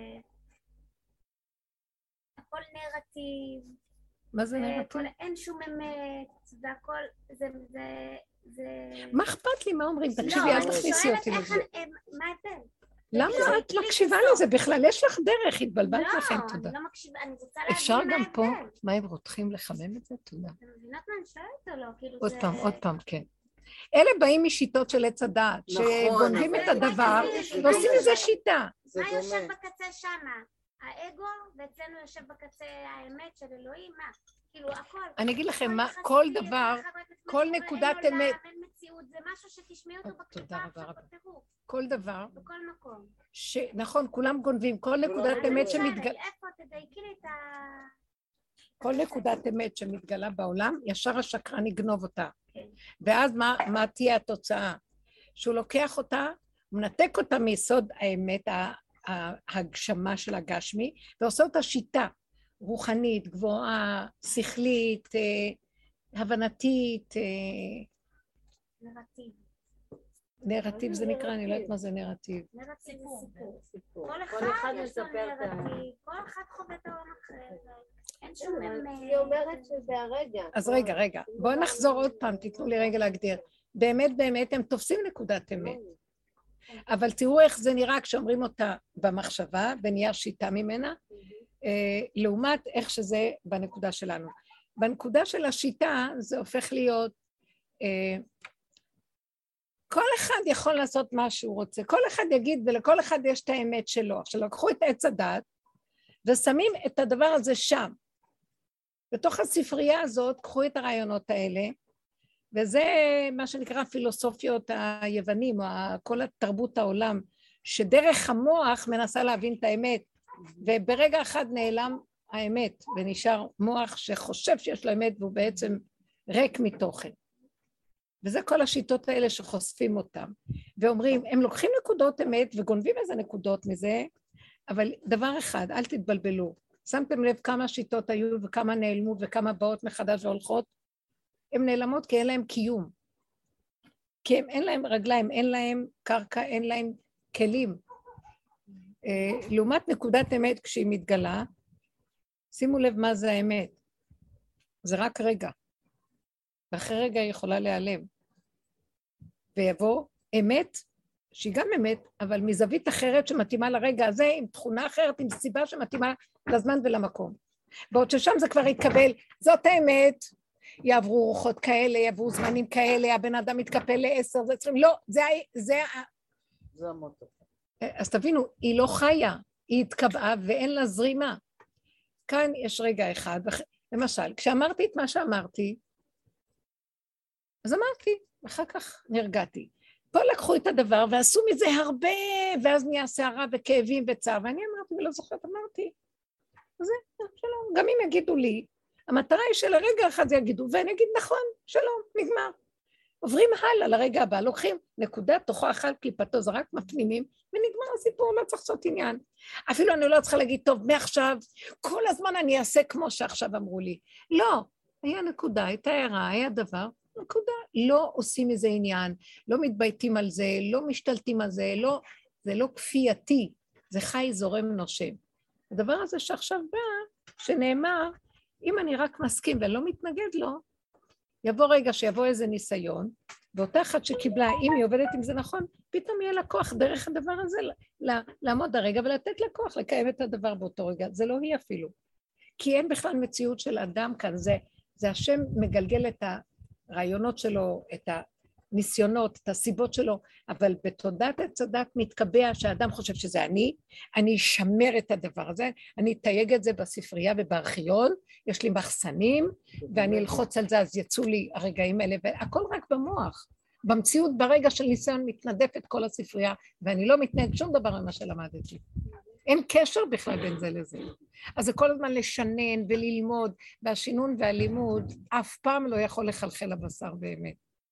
D: הכל נרטיב.
A: מה זה נרטיב?
D: אין שום אמת, והכל... זה...
A: מה אכפת לי? מה אומרים? תקשיבי, אל תכניסי אותי לזה.
D: מה ההבדל?
A: למה את מקשיבה לזה בכלל? יש לך דרך, התבלבלת לכם, תודה.
D: לא, אני לא מקשיבה, אני רוצה להבין
A: אפשר
D: מה
A: גם פה?
D: ההבדל.
A: מה הם רוצים לחמם את זה? תודה.
D: אתם מבינות מה אני שואלת או לא? כאילו
A: עוד
D: זה...
A: פעם, עוד פעם, כן. אלה באים משיטות של עץ הדעת, שגונבים את הדבר, ועושים מזה שיטה.
D: מה יושב בקצה שמה? האגו, ואצלנו יושב בקצה האמת של אלוהים, מה? כאילו, הכל.
A: אני אגיד לכם, כל דבר, כל נקודת אמת.
D: אין מציאות, זה משהו שתשמעי אותו בקליפה
A: תודה רבה
D: עכשיו
A: רבה.
D: בטירוף.
A: כל דבר,
D: בכל מקום.
A: נכון, כולם גונבים, כל נקודת אמת שמתגלה.
D: איפה? תדייקי לי את ה...
A: כל נקודת אמת שמתגלה בעולם, ישר השקרן יגנוב אותה. ואז מה תהיה התוצאה? שהוא לוקח אותה, הוא מנתק אותה מיסוד האמת, ההגשמה של הגשמי, ועושה אותה שיטה רוחנית, גבוהה, שכלית, הבנתית.
D: נרטיב.
A: נרטיב זה נקרא, אני לא יודעת מה זה נרטיב.
D: נרטיב זה סיפור. כל אחד יש לו נרטיב, כל אחד חווה את העולם אחר. אין שום אמת.
B: היא אומרת שזה הרגע.
A: אז רגע, בואו נחזור עוד פעם, תיתנו לי רגע להגדיר. באמת, הם תופסים נקודת אמת. אבל תראו איך זה נראה כשאומרים אותה במחשבה, ונהיה שיטה ממנה, לעומת איך שזה בנקודה שלנו. בנקודה של השיטה זה הופך להיות, כל אחד יכול לעשות מה שהוא רוצה, כל אחד יגיד ולכל אחד יש את האמת שלו. עכשיו לקחו את עץ הדת ושמים את הדבר הזה שם. בתוך הספרייה הזאת קחו את הרעיונות האלה, וזה מה שנקרא פילוסופיות היוונים, או כל התרבות העולם, שדרך המוח מנסה להבין את האמת, וברגע אחד נעלם האמת, ונשאר מוח שחושב שיש לו אמת, והוא בעצם ריק מתוכן. וזה כל השיטות האלה שחושפים אותם. ואומרים, הם לוקחים נקודות אמת, וגונבים איזה נקודות מזה, אבל דבר אחד, אל תתבלבלו. שמתם לב כמה שיטות היו, וכמה נעלמו, וכמה באות מחדש והולכות? הן נעלמות כי אין להם קיום. כי אין להם רגליים, אין להם קרקע, אין להם כלים. לעומת נקודת אמת כשהיא מתגלה, שימו לב מה זה האמת. זה רק רגע. ואחרי רגע היא יכולה להיעלם. ויבוא אמת, שהיא גם אמת, אבל מזווית אחרת שמתאימה לרגע הזה, עם תכונה אחרת, עם סיבה שמתאימה לזמן ולמקום. בעוד ששם זה כבר יתקבל, זאת האמת, יעברו רוחות כאלה, יעברו זמנים כאלה, הבן אדם מתקפל ל10, זה צריכים, לא, זה
E: המוטו.
A: אז תבינו, היא לא חיה, היא התקבעה ואין לה זרימה. כאן יש רגע אחד, למשל, כשאמרתי את מה שאמרתי, אז אמרתי, אחר כך נרגעתי. פה לקחו את הדבר ועשו מזה הרבה, ואז נהיה שערה וכאבים וצער, ואני אמרתי, ולא זוכרת, אמרתי, זה, שלום, גם אם יגידו לי, המטרה היא שלרגע אחד זה יגידו, ואני אגיד נכון, שלום, נגמר. עוברים הלאה לרגע הבא, לוקחים נקודה, תוכו אכל קליפתו, זה רק מפנימים, ונגמר הסיפור, לא צריך לעשות עניין. אפילו אני לא צריכה להגיד, טוב, מעכשיו, כל הזמן אני אעשה כמו שעכשיו אמרו לי. לא, היה נקודה, הייתה הערה, היה דבר, נקודה, לא עושים איזה עניין, לא מתבייתים על זה, לא משתלטים על זה, לא, זה לא כפייתי, זה חי זורם נושם. הדבר הזה שעכשיו בא, שנאמר, אם אני רק מסכים ולא מתנגד לו, יבוא רגע שיבוא איזה ניסיון, ואותה אחת שקיבלה, אם היא עובדת עם זה נכון, פתאום יהיה לה כוח דרך הדבר הזה, לעמוד הרגע ולתת לה כוח, לקיים את הדבר באותו רגע. זה לא היא אפילו. כי אין בכלל מציאות של אדם כאן, זה השם מגלגל את הרעיונות שלו, את הניסיונות, את הסיבות שלו, אבל בתודעת הצדת מתקבע שהאדם חושב שזה אני אשמר את הדבר הזה, אני אתייג את זה בספרייה ובארכיון, יש לי מחסנים, ואני אלחוץ על זה, אז יצאו לי הרגעים האלה, והכל רק במוח. במציאות ברגע של ניסיון מתנדפת כל הספרייה, ואני לא מתנהג שום דבר על מה שלמדתי. אין קשר בכלל בין זה לזה. אז זה כל הזמן לשנן וללמוד, והשינון והלימוד אף פעם לא יכול לחלחל לבשר באמת.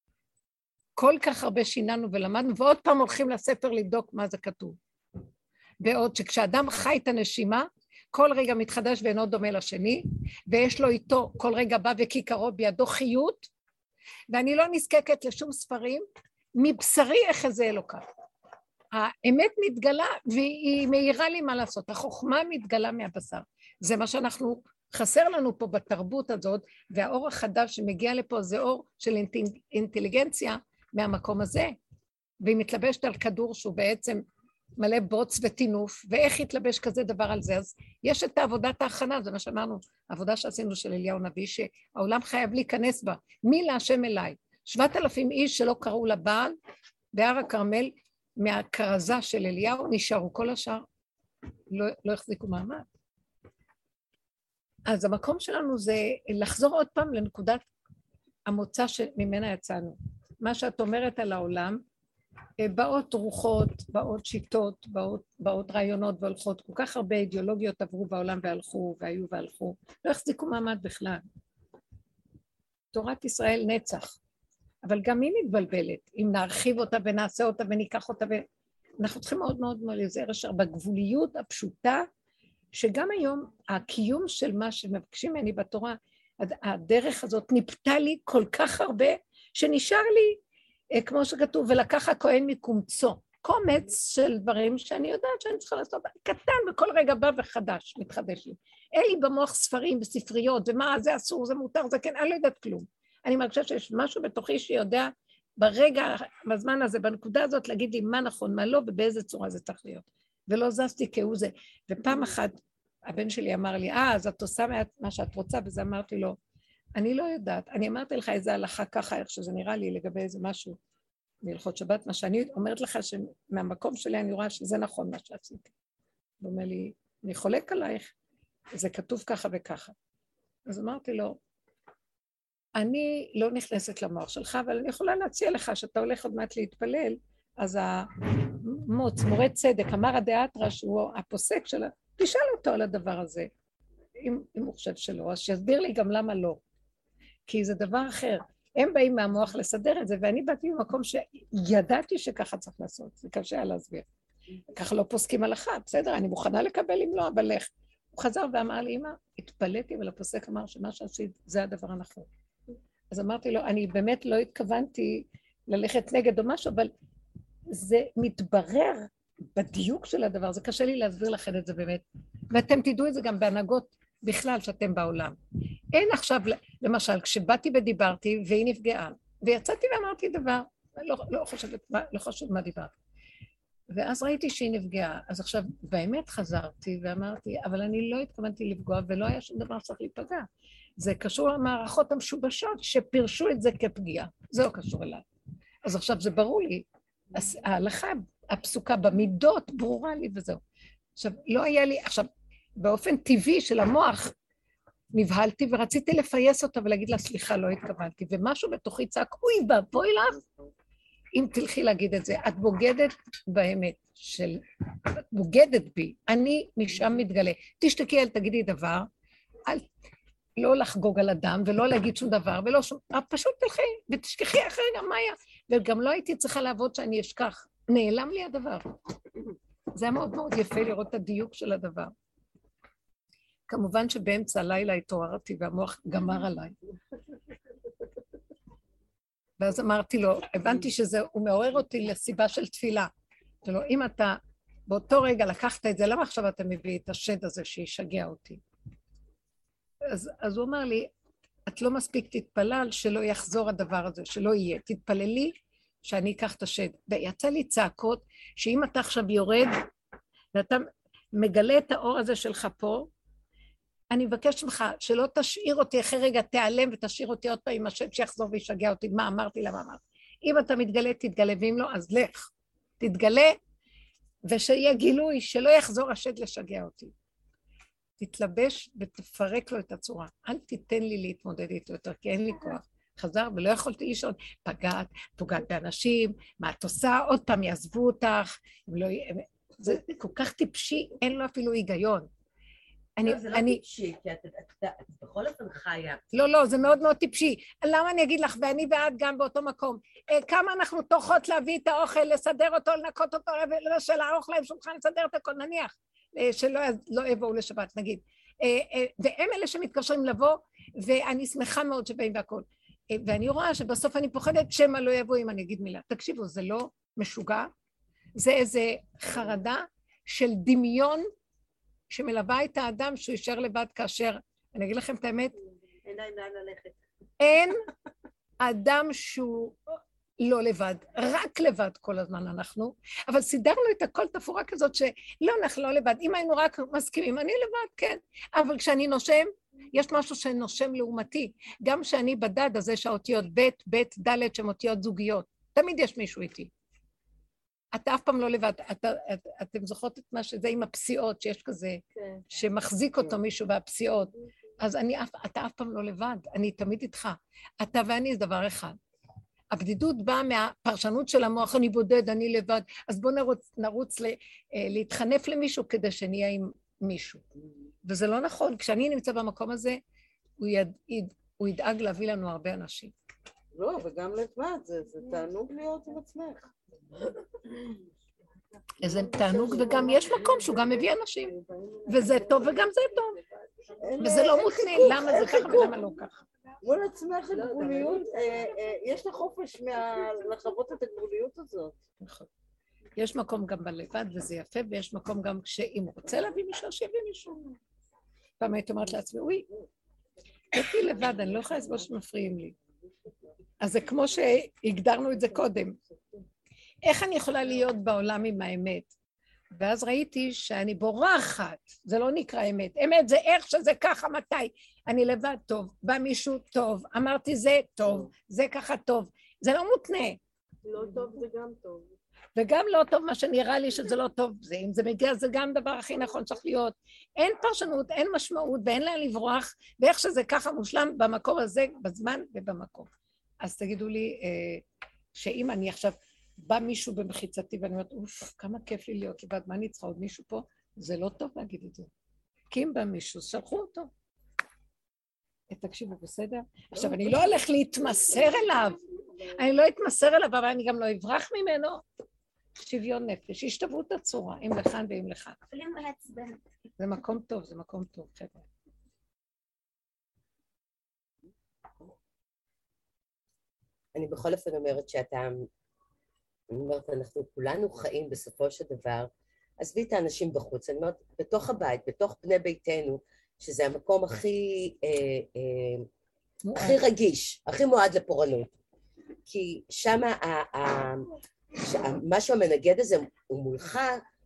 A: כל כך הרבה שיננו ולמדנו, ועוד פעם הולכים לספר לבדוק מה זה כתוב. בעוד שכשאדם חי את הנשימה, כל רגע מתחדש ואינו דומה לשני, ויש לו איתו כל רגע בא וכיכרו בידו חיות, ואני לא נזקקת לשום ספרים, מבשרי אחזה אלוקה. האמת מתגלה, והיא מאירה לי מה לעשות, החוכמה מתגלה מהבשר. זה מה שאנחנו, חסר לנו פה בתרבות הזאת, והאור החדש שמגיע לפה זה אור של אינטליגנציה מהמקום הזה, והיא מתלבשת על כדור שהוא בעצם מלא בוץ וטינוף, ואיך יתלבש כזה דבר על זה? אז יש את עבודת ההכנה, זה מה שאמרנו, העבודה שעשינו של אליהו נביא, שהעולם חייב להיכנס בה, מי להשם אליי? 7,000 איש שלא קראו לבעל, בהר הכרמל, מהכרזה של אליהו נשארו, כל השאר לא החזיקו מעמד. אז המקום שלנו זה לחזור עוד פעם לנקודת המוצא ממנה יצאנו. מה שאת אומרת על העולם, באות רוחות, באות שיטות, באות רעיונות והולכות, כל כך הרבה אידיאולוגיות עברו בעולם והלכו והיו והלכו, לא החזיקו מעמד בכלל. תורת ישראל נצח, אבל גם היא מתבלבלת, אם נרחיב אותה ונעשה אותה וניקח אותה, אנחנו צריכים מאוד מאוד להיזהר אשר בגבוליות הפשוטה, שגם היום הקיום של מה שמבקשים ממני בתורה, הדרך הזאת ניפתה לי כל כך הרבה, שנשאר לי, כמו שכתוב, ולקח הכהן מקומצו, קומץ של דברים שאני יודעת שאני צריכה לעשות, קטן וכל רגע בא וחדש, מתחדש לי. אין לי במוח ספרים וספריות, ומה זה אסור, זה מותר, זה כן, אני לא יודעת כלום. אני מרגישה שיש משהו בתוכי שיודע ברגע, בזמן הזה, בנקודה הזאת, להגיד לי מה נכון, מה לא, ובאיזה צורה זה צריך להיות. ולא זזתי כהוא זה. ופעם אחת, הבן שלי אמר לי, אז את עושה מה שאת רוצה, וזה אמרתי לו, אני לא יודעת, אני אמרתי לך איזה הלכה ככה, איך שזה נראה לי לגבי איזה משהו, מהלכות שבת, מה שאני אומרת לך שמהמקום שלי אני רואה שזה נכון מה שעשיתי. הוא אומר לי, אני חולק עלייך, זה כתוב ככה וככה. אז אמרתי לו, אני לא נכנסת למוח שלך, אבל אני יכולה להציע לך שאתה הולך עוד מעט להתפלל, אז המוץ, מורה צדק, אמר הדאתרא שהוא הפוסק שלה, תשאל אותו על הדבר הזה, אם הוא חושב שלא, אז שיסביר לי גם למה לא. כי זה דבר אחר. הם באים מהמוח לסדר את זה, ואני באתי במקום שידעתי שככה צריך לעשות, זה קשה היה להסביר. ככה לא פוסקים הלכה, בסדר, אני מוכנה לקבל אם לא, אבל לך. הוא חזר ואמר לי, אמא, התפלאתי, אבל הפוסק אמר שמה שעשית זה הדבר הנכון. אז אמרתי לו, אני באמת לא התכוונתי ללכת נגד או משהו, אבל זה מתברר בדיוק של הדבר, זה קשה לי להסביר לכם את זה באמת. ואתם תדעו את זה גם בהנהגות בכלל שאתם בעולם. אין עכשיו, למשל, כשבאתי ודיברתי והיא נפגעה, ויצאתי ואמרתי דבר, לא חשוב מה דיברתי. ואז ראיתי שהיא נפגעה, אז עכשיו באמת חזרתי ואמרתי, אבל אני לא התכוונתי לפגוע ולא היה שום דבר שצריך להיפגע. זה קשור למערכות המשובשות שפירשו את זה כפגיעה, זה לא קשור אליי. אז עכשיו זה ברור לי, ההלכה הפסוקה במידות ברורה לי וזהו. עכשיו לא היה לי, עכשיו באופן טבעי של המוח, נבהלתי ורציתי לפייס אותה ולהגיד לה, סליחה, לא התכוונתי, ומשהו בתוכי צעק, אוי, בואי לך, אם תלכי להגיד את זה, את בוגדת באמת, את בוגדת בי, אני משם מתגלה, תשתקי אל תגידי דבר, לא לחגוג על אדם, ולא להגיד שום דבר, ולא שום... פשוט תלכי, ותשכחי אחרי גם מה היה. וגם לא הייתי צריכה לעבוד שאני אשכח. נעלם לי הדבר. זה היה מאוד מאוד יפה לראות את הדיוק של הדבר. כמובן שבאמצע הלילה התעוררתי, והמוח גמר עליי. ואז אמרתי לו, הבנתי שזה, הוא מעורר אותי לסיבה של תפילה. ולא, אם אתה באותו רגע לקחת את זה, למה עכשיו אתה מביא את השד הזה שישגע אותי? אז הוא אמר לי, את לא מספיק תתפלל שלא יחזור הדבר הזה, שלא יהיה. תתפללי שאני אקח את השד. ויצא לי צעקות, שאם אתה עכשיו יורד, ואתה מגלה את האור הזה שלך פה, אני מבקש ממך שלא תשאיר אותי אחרי רגע, תיעלם ותשאיר אותי עוד פעם עם השד שיחזור וישגע אותי. מה אמרתי? למה אמרתי? אם אתה מתגלה, תתגלה, ואם לא, אז לך. תתגלה, ושיהיה גילוי שלא יחזור השד לשגע אותי. תתלבש ותפרק לו את הצורה. אל תיתן לי להתמודד איתו יותר, כי אין לי כוח. חזר ולא יכולתי לישון, פוגעת באנשים, מה את עושה? עוד פעם יעזבו אותך. זה כל כך טיפשי, אין לו אפילו היגיון.
C: זה לא טיפשי, כי את בכל אופן חיה.
A: לא, זה מאוד מאוד טיפשי. למה אני אגיד לך, ואני ואת גם באותו מקום, כמה אנחנו תוכות להביא את האוכל, לסדר אותו, לנקות אותו, של האוכל להם שולחן, לסדר את הכל, נניח, שלא יבואו לשבת, נגיד. והם אלה שמתקשרים לבוא, ואני שמחה מאוד שבאים והכל. ואני רואה שבסוף אני פוחדת שמה לא יבוא אם אני אגיד מילה. תקשיבו, זה לא משוגע, זה איזה חרדה של דמיון, שמלווה את האדם שהוא יישאר לבד כאשר, אני אגיד לכם את האמת, אין אדם שהוא לא לבד, רק לבד כל הזמן אנחנו, אבל סידרנו את הכל תפורה כזאת שלא, אנחנו לא לבד, אם היינו רק מסכימים, אני לבד, כן, אבל כשאני נושם, יש משהו שנושם לעומתי, גם שאני בדד הזה שהאותיות ב', ד' שהן אותיות זוגיות, תמיד יש מישהו איתי. אתה אף פעם לא לבד, אתם זוכרות את מה שזה עם הפסיעות, שיש כזה, שמחזיק אותו מישהו והפסיעות, אז אתה אף פעם לא לבד, אני תמיד איתך. אתה ואני זה דבר אחד. הבדידות באה מהפרשנות של המוח, אני בודד, אני לבד, אז בואו נרוץ להתחנף למישהו כדי שנהיה עם מישהו. וזה לא נכון, כשאני נמצא במקום הזה, הוא ידאג להביא לנו הרבה אנשים.
E: לא, וגם לבד, זה תענוג להיות עם עצמך.
A: איזה תענוג, וגם יש מקום שהוא גם מביא אנשים, וזה טוב וגם זה טוב, וזה לא מותנה, למה זה ככה ולמה לא ככה.
E: מול עצמך הגבוליות, יש לך חופש לחוות את הגבוליות הזאת.
A: נכון. יש מקום גם בלבד וזה יפה, ויש מקום גם כשאם רוצה להביא מישהו, שיביא מישהו. פעם הייתי אומרת לעצמי, אוי, הייתי לבד, אני לא יכולה לסבול שמפריעים לי. אז זה כמו שהגדרנו את זה קודם. איך אני יכולה להיות בעולם עם האמת? ואז ראיתי שאני בורחת, זה לא נקרא אמת. אמת זה איך שזה ככה, מתי. אני לבד טוב, בא מישהו טוב, אמרתי זה טוב, זה ככה טוב. זה לא מותנה.
B: לא טוב זה גם טוב.
A: וגם לא טוב מה שנראה לי שזה לא טוב. זה, אם זה מגיע זה גם דבר הכי נכון צריך להיות. אין פרשנות, אין משמעות ואין לה לברוח, ואיך שזה ככה מושלם במקום הזה, בזמן ובמקום. אז תגידו לי שאם אני עכשיו בא מישהו במחיצתי ואני אומרת, אוף, כמה כיף לי להיות לבד, מה אני צריכה עוד מישהו פה? זה לא טוב להגיד את זה. כי אם בא מישהו, שלחו אותו. תקשיבו, בסדר? עכשיו, אני לא הולך להתמסר אליו. אני לא אתמסר אליו, אבל אני גם לא אברח ממנו. שוויון נפש, השתוות הצורה, אם לכאן ואם לכאן. זה מקום טוב, זה מקום טוב, חבר'ה.
C: אני בכל אופן אומרת שאתה, אני אומרת, אנחנו כולנו חיים בסופו של דבר, עזבי את האנשים בחוץ, אני אומרת, בתוך הבית, בתוך בני ביתנו, שזה המקום הכי רגיש, הכי מועד לפורענות. כי שם משהו המנגד הזה הוא מולך,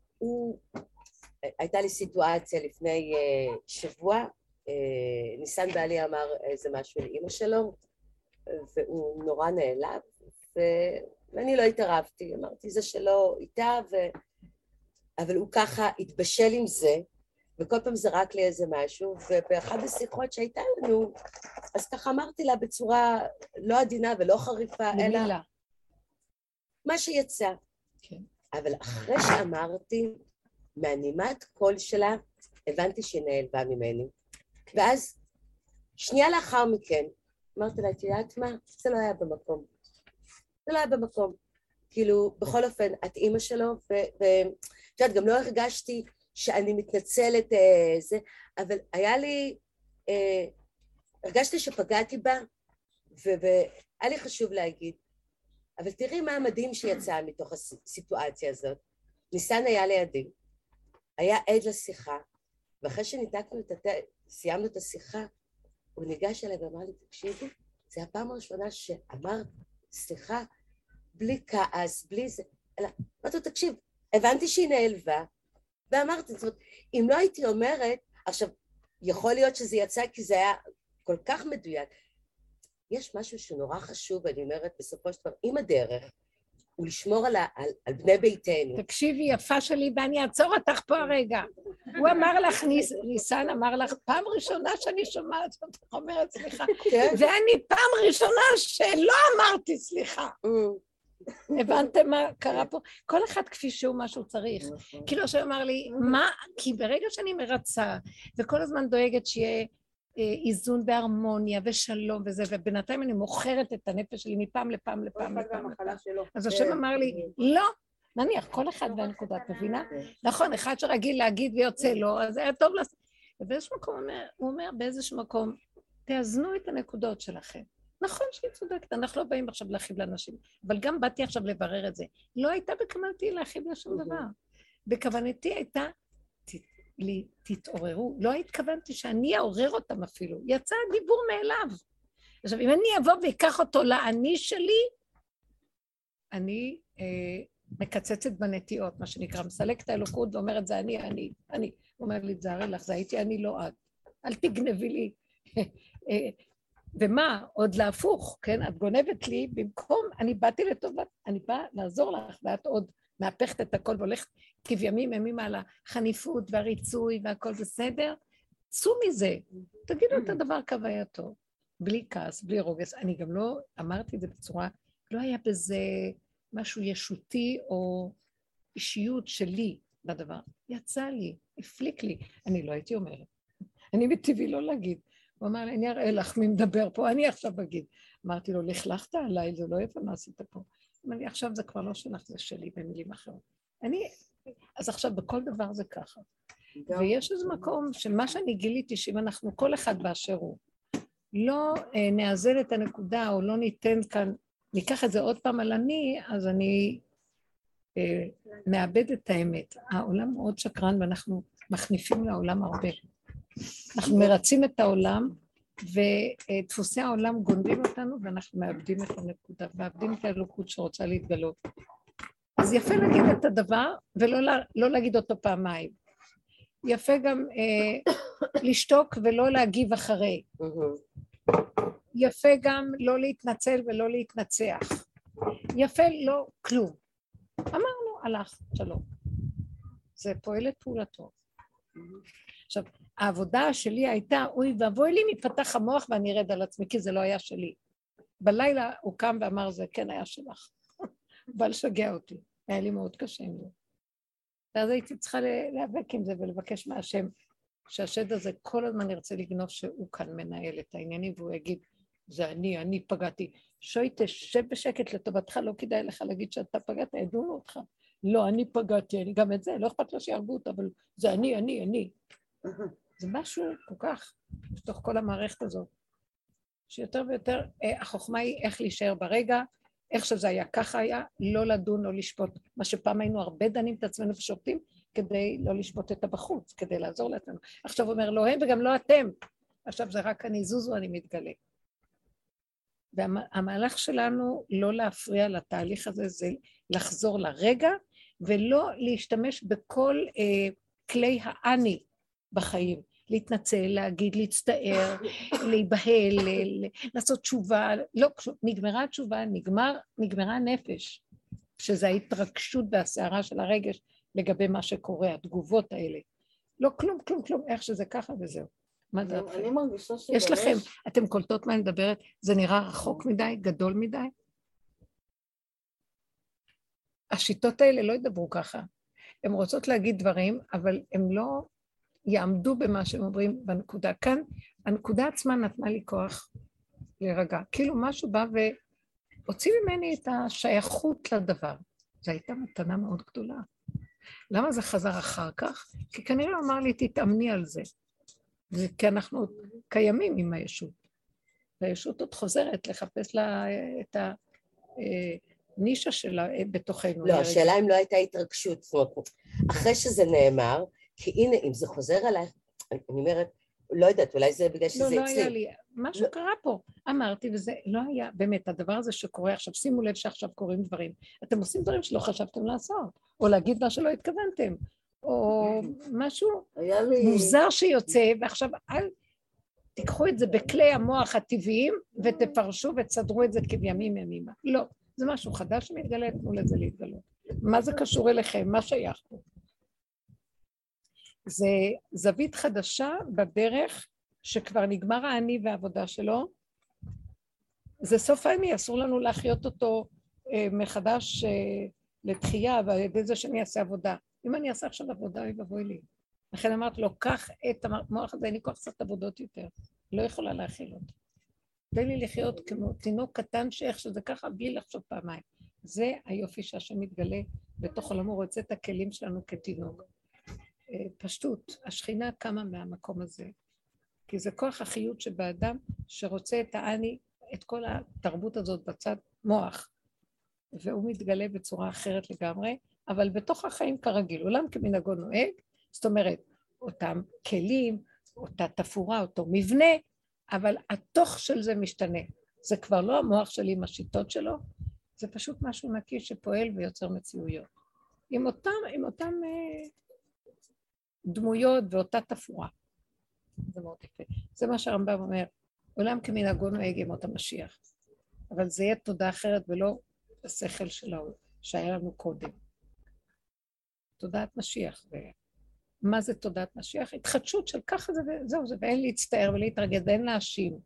C: הייתה לי סיטואציה לפני שבוע, ניסן בעלי אמר איזה משהו לאמא שלו, והוא נורא נעלב, ואני לא התערבתי, אמרתי זה שלא איתה, אבל הוא ככה התבשל עם זה, וכל פעם זרק לי איזה משהו, ובאחד השיחות שהייתה לנו, אז ככה אמרתי לה בצורה לא עדינה ולא חריפה, אלא מה שיצא. כן. אבל אחרי שאמרתי, מהנימת קול שלה, הבנתי שהיא נעלבה ממני. ואז שנייה לאחר מכן, אמרתי לה, את יודעת מה? זה לא היה במקום. זה לא היה במקום. כאילו, בכל אופן, את אימא שלו, ואת יודעת, גם לא הרגשתי שאני מתנצלת זה, אבל היה לי, הרגשתי שפגעתי בה, והיה לי חשוב להגיד, אבל תראי מה המדהים שיצא מתוך הסיטואציה הזאת. ניסן היה לידי, היה עד לשיחה, ואחרי שניתקנו סיימנו את השיחה, הוא ניגש אליי ואמר לי, תקשיבי, זה הפעם הראשונה שאמרת, סליחה, בלי כעס, בלי זה, אלא, אמרתי לו, תקשיב, הבנתי שהיא נעלבה, ואמרתי, זאת אומרת, אם לא הייתי אומרת, עכשיו, יכול להיות שזה יצא כי זה היה כל כך מדויק, יש משהו שנורא חשוב, אני אומרת, בסופו של דבר, עם הדרך, הוא לשמור על בני ביתנו.
A: תקשיבי, יפה שלי, ואני אעצור אותך פה הרגע. הוא אמר לך, ניסן אמר לך, פעם ראשונה שאני שומעת אותך אומרת סליחה, ואני פעם ראשונה שלא אמרתי סליחה. הבנתם מה קרה פה? כל אחד כפי שהוא מה שהוא צריך. כאילו שאמר לי, מה? כי ברגע שאני מרצה, וכל הזמן דואגת שיהיה איזון והרמוניה ושלום וזה, ובינתיים אני מוכרת את הנפש שלי מפעם לפעם לפעם לפעם. אז השם אמר לי, לא, נניח, כל אחד והנקודה, תבינה? נכון, אחד שרגיל להגיד ויוצא לו, אז היה טוב לעשות. ובאיזשהו מקום הוא אומר, באיזשהו מקום, תאזנו את הנקודות שלכם. נכון שהיא צודקת, אנחנו לא באים עכשיו להחיב לאנשים, אבל גם באתי עכשיו לברר את זה. לא הייתה בכוונתי להחיב לשום דבר. בכוונתי הייתה, תתעוררו, לא התכוונתי שאני אעורר אותם אפילו, יצא דיבור מאליו. עכשיו, אם אני אבוא ויקח אותו לאני שלי, אני מקצצת בנטיעות, מה שנקרא, מסלק את האלוקות ואומרת, זה אני. הוא אומר לי, תזהרי לך, זה הייתי אני לא את. אל תגנבי לי. ומה, עוד להפוך, כן? את גונבת לי, במקום, אני באתי לטובת, אני באה לעזור לך, ואת עוד מהפכת את הכל והולכת כבימים על החניפות והריצוי והכל בסדר, צאו מזה, תגידו את הדבר כווייתו, בלי כעס, בלי רוגז. אני גם לא אמרתי את זה בצורה, לא היה בזה משהו ישותי או אישיות שלי בדבר. יצא לי, הפליק לי, אני לא הייתי אומרת. אני מטבעי לא להגיד. הוא אמר לי, אני אראה לך מי מדבר פה, אני עכשיו אגיד. אמרתי לו, לכלכת עליי, זה לא יפה מה עשית פה. אמר לי, עכשיו זה כבר לא שלך, זה שלי, במילים אחרות. אז עכשיו בכל דבר זה ככה. ויש איזה מקום שמה שאני גיליתי, שאם אנחנו כל אחד באשר הוא, לא נאזל את הנקודה, או לא ניתן כאן, ניקח את זה עוד פעם על אני, אז אני מאבד את האמת. העולם מאוד שקרן, ואנחנו מכניפים לעולם הרבה. אנחנו מרצים את העולם, ודפוסי העולם גונבים אותנו, ואנחנו מאבדים את הנקודה, מאבדים את האלוקות שרוצה להתגלות. אז יפה להגיד את הדבר, ולא להגיד אותו פעמיים. יפה גם לשתוק ולא להגיב אחרי. יפה גם לא להתנצל ולא להתנצח. יפה לא כלום. אמרנו, הלך, שלום. זה פועל את פעולתו. עכשיו, העבודה שלי הייתה, אוי ואבוי לי, מפתח המוח ואני ארד על עצמי, כי זה לא היה שלי. בלילה הוא קם ואמר, זה כן היה שלך. בא לשגע אותי, היה לי מאוד קשה עם זה. ואז הייתי צריכה להיאבק עם זה ולבקש מהשם, שהשד הזה כל הזמן ירצה לגנוב שהוא כאן מנהל את העניינים, והוא יגיד, זה אני פגעתי. שוי, תשב בשקט לטובתך, לא כדאי לך להגיד שאתה פגעת, ידעו אותך. לא, אני פגעתי, אני גם את זה, לא אכפת לו שירגו אותה, אבל זה אני. זה משהו כל כך, בתוך כל המערכת הזאת, שיותר ויותר, החוכמה היא איך להישאר ברגע, איך שזה היה, ככה היה, לא לדון, לא לשפוט, מה שפעם היינו הרבה דנים את עצמנו ושופטים, כדי לא לשפוט את הבחוץ, כדי לעזור לעצמנו. עכשיו הוא אומר, לא הם וגם לא אתם, עכשיו זה רק אני זוזו, אני מתגלה. והמהלך שלנו לא להפריע לתהליך הזה, זה לחזור לרגע, ולא להשתמש בכל כלי האני בחיים, להתנצל, להגיד, להצטער, להיבהל, לעשות תשובה, לא, נגמרה התשובה, נגמרה הנפש, שזה ההתרגשות והסערה של הרגש לגבי מה שקורה, התגובות האלה. לא כלום, איך שזה ככה וזהו. מה דעתכם?
E: אני מרגישה שגם
A: יש לכם, אתם קולטות מה אני מדברת, זה נראה רחוק מדי, גדול מדי? השיטות האלה לא ידברו ככה. הן רוצות להגיד דברים, אבל הן לא יעמדו במה שהם אומרים בנקודה. כאן הנקודה עצמה נתנה לי כוח להירגע. כאילו משהו בא והוציא ממני את השייכות לדבר. זו הייתה מתנה מאוד גדולה. למה זה חזר אחר כך? כי כנראה הוא אמר לי, תתאמני על זה. כי אנחנו קיימים עם הישות. והישות עוד חוזרת לחפש לה את הנישה שלה בתוכנו.
C: לא, השאלה אם לא הייתה התרגשות. זאת אומרת, אחרי שזה נאמר, כי הנה, אם זה חוזר עלייך, אני אומרת, לא יודעת, אולי זה בגלל שזה אצלי.
A: לא היה לי, משהו קרה פה. אמרתי, וזה לא היה, באמת, הדבר הזה שקורה עכשיו, שימו לב שעכשיו קורים דברים. אתם עושים דברים שלא חשבתם לעשות, או להגיד מה שלא התכוונתם, או משהו מוזר שיוצא, ועכשיו אל תיקחו את זה בכלי המוח הטבעיים, ותפרשו ותסדרו את זה כבימים ימימה. לא, זה משהו חדש שמתגלה, תנו לזה להתגלות. מה זה קשור אליכם? מה שייך פה? זה זווית חדשה בדרך שכבר נגמר האני והעבודה שלו. זה סוף האני, אסור לנו להחיות אותו מחדש לתחייה, ועל ידי זה שאני אעשה עבודה. אם אני אעשה עכשיו עבודה, היא בבואי לי. לכן אמרת לו, קח את המוח הזה, אין לי כוח לעשות עבודות יותר. לא יכולה להכיל אותו. תן לי לחיות כמו תינוק קטן שאיך שזה ככה, בלי לחשוב פעמיים. זה היופי שהשם מתגלה בתוך עולמו, רוצה את הכלים שלנו כתינוק. פשטות, השכינה קמה מהמקום הזה, כי זה כוח החיות שבאדם שרוצה את האני, את כל התרבות הזאת בצד מוח, והוא מתגלה בצורה אחרת לגמרי, אבל בתוך החיים כרגיל, עולם כמנהגו נוהג, זאת אומרת, אותם כלים, אותה תפורה, אותו מבנה, אבל התוך של זה משתנה. זה כבר לא המוח שלי עם השיטות שלו, זה פשוט משהו נקי שפועל ויוצר מציאויות. עם אותם דמויות ואותה תפורה. זה מאוד יפה. זה מה שהרמב"ם אומר, עולם כמנהגו נוהג ימות המשיח. אבל זה יהיה תודה אחרת ולא השכל שלו, שהיה לנו קודם. תודעת משיח. מה זה תודעת משיח? התחדשות של ככה זה וזהו זה, ואין להצטער ולהתרגז, ואין להאשים.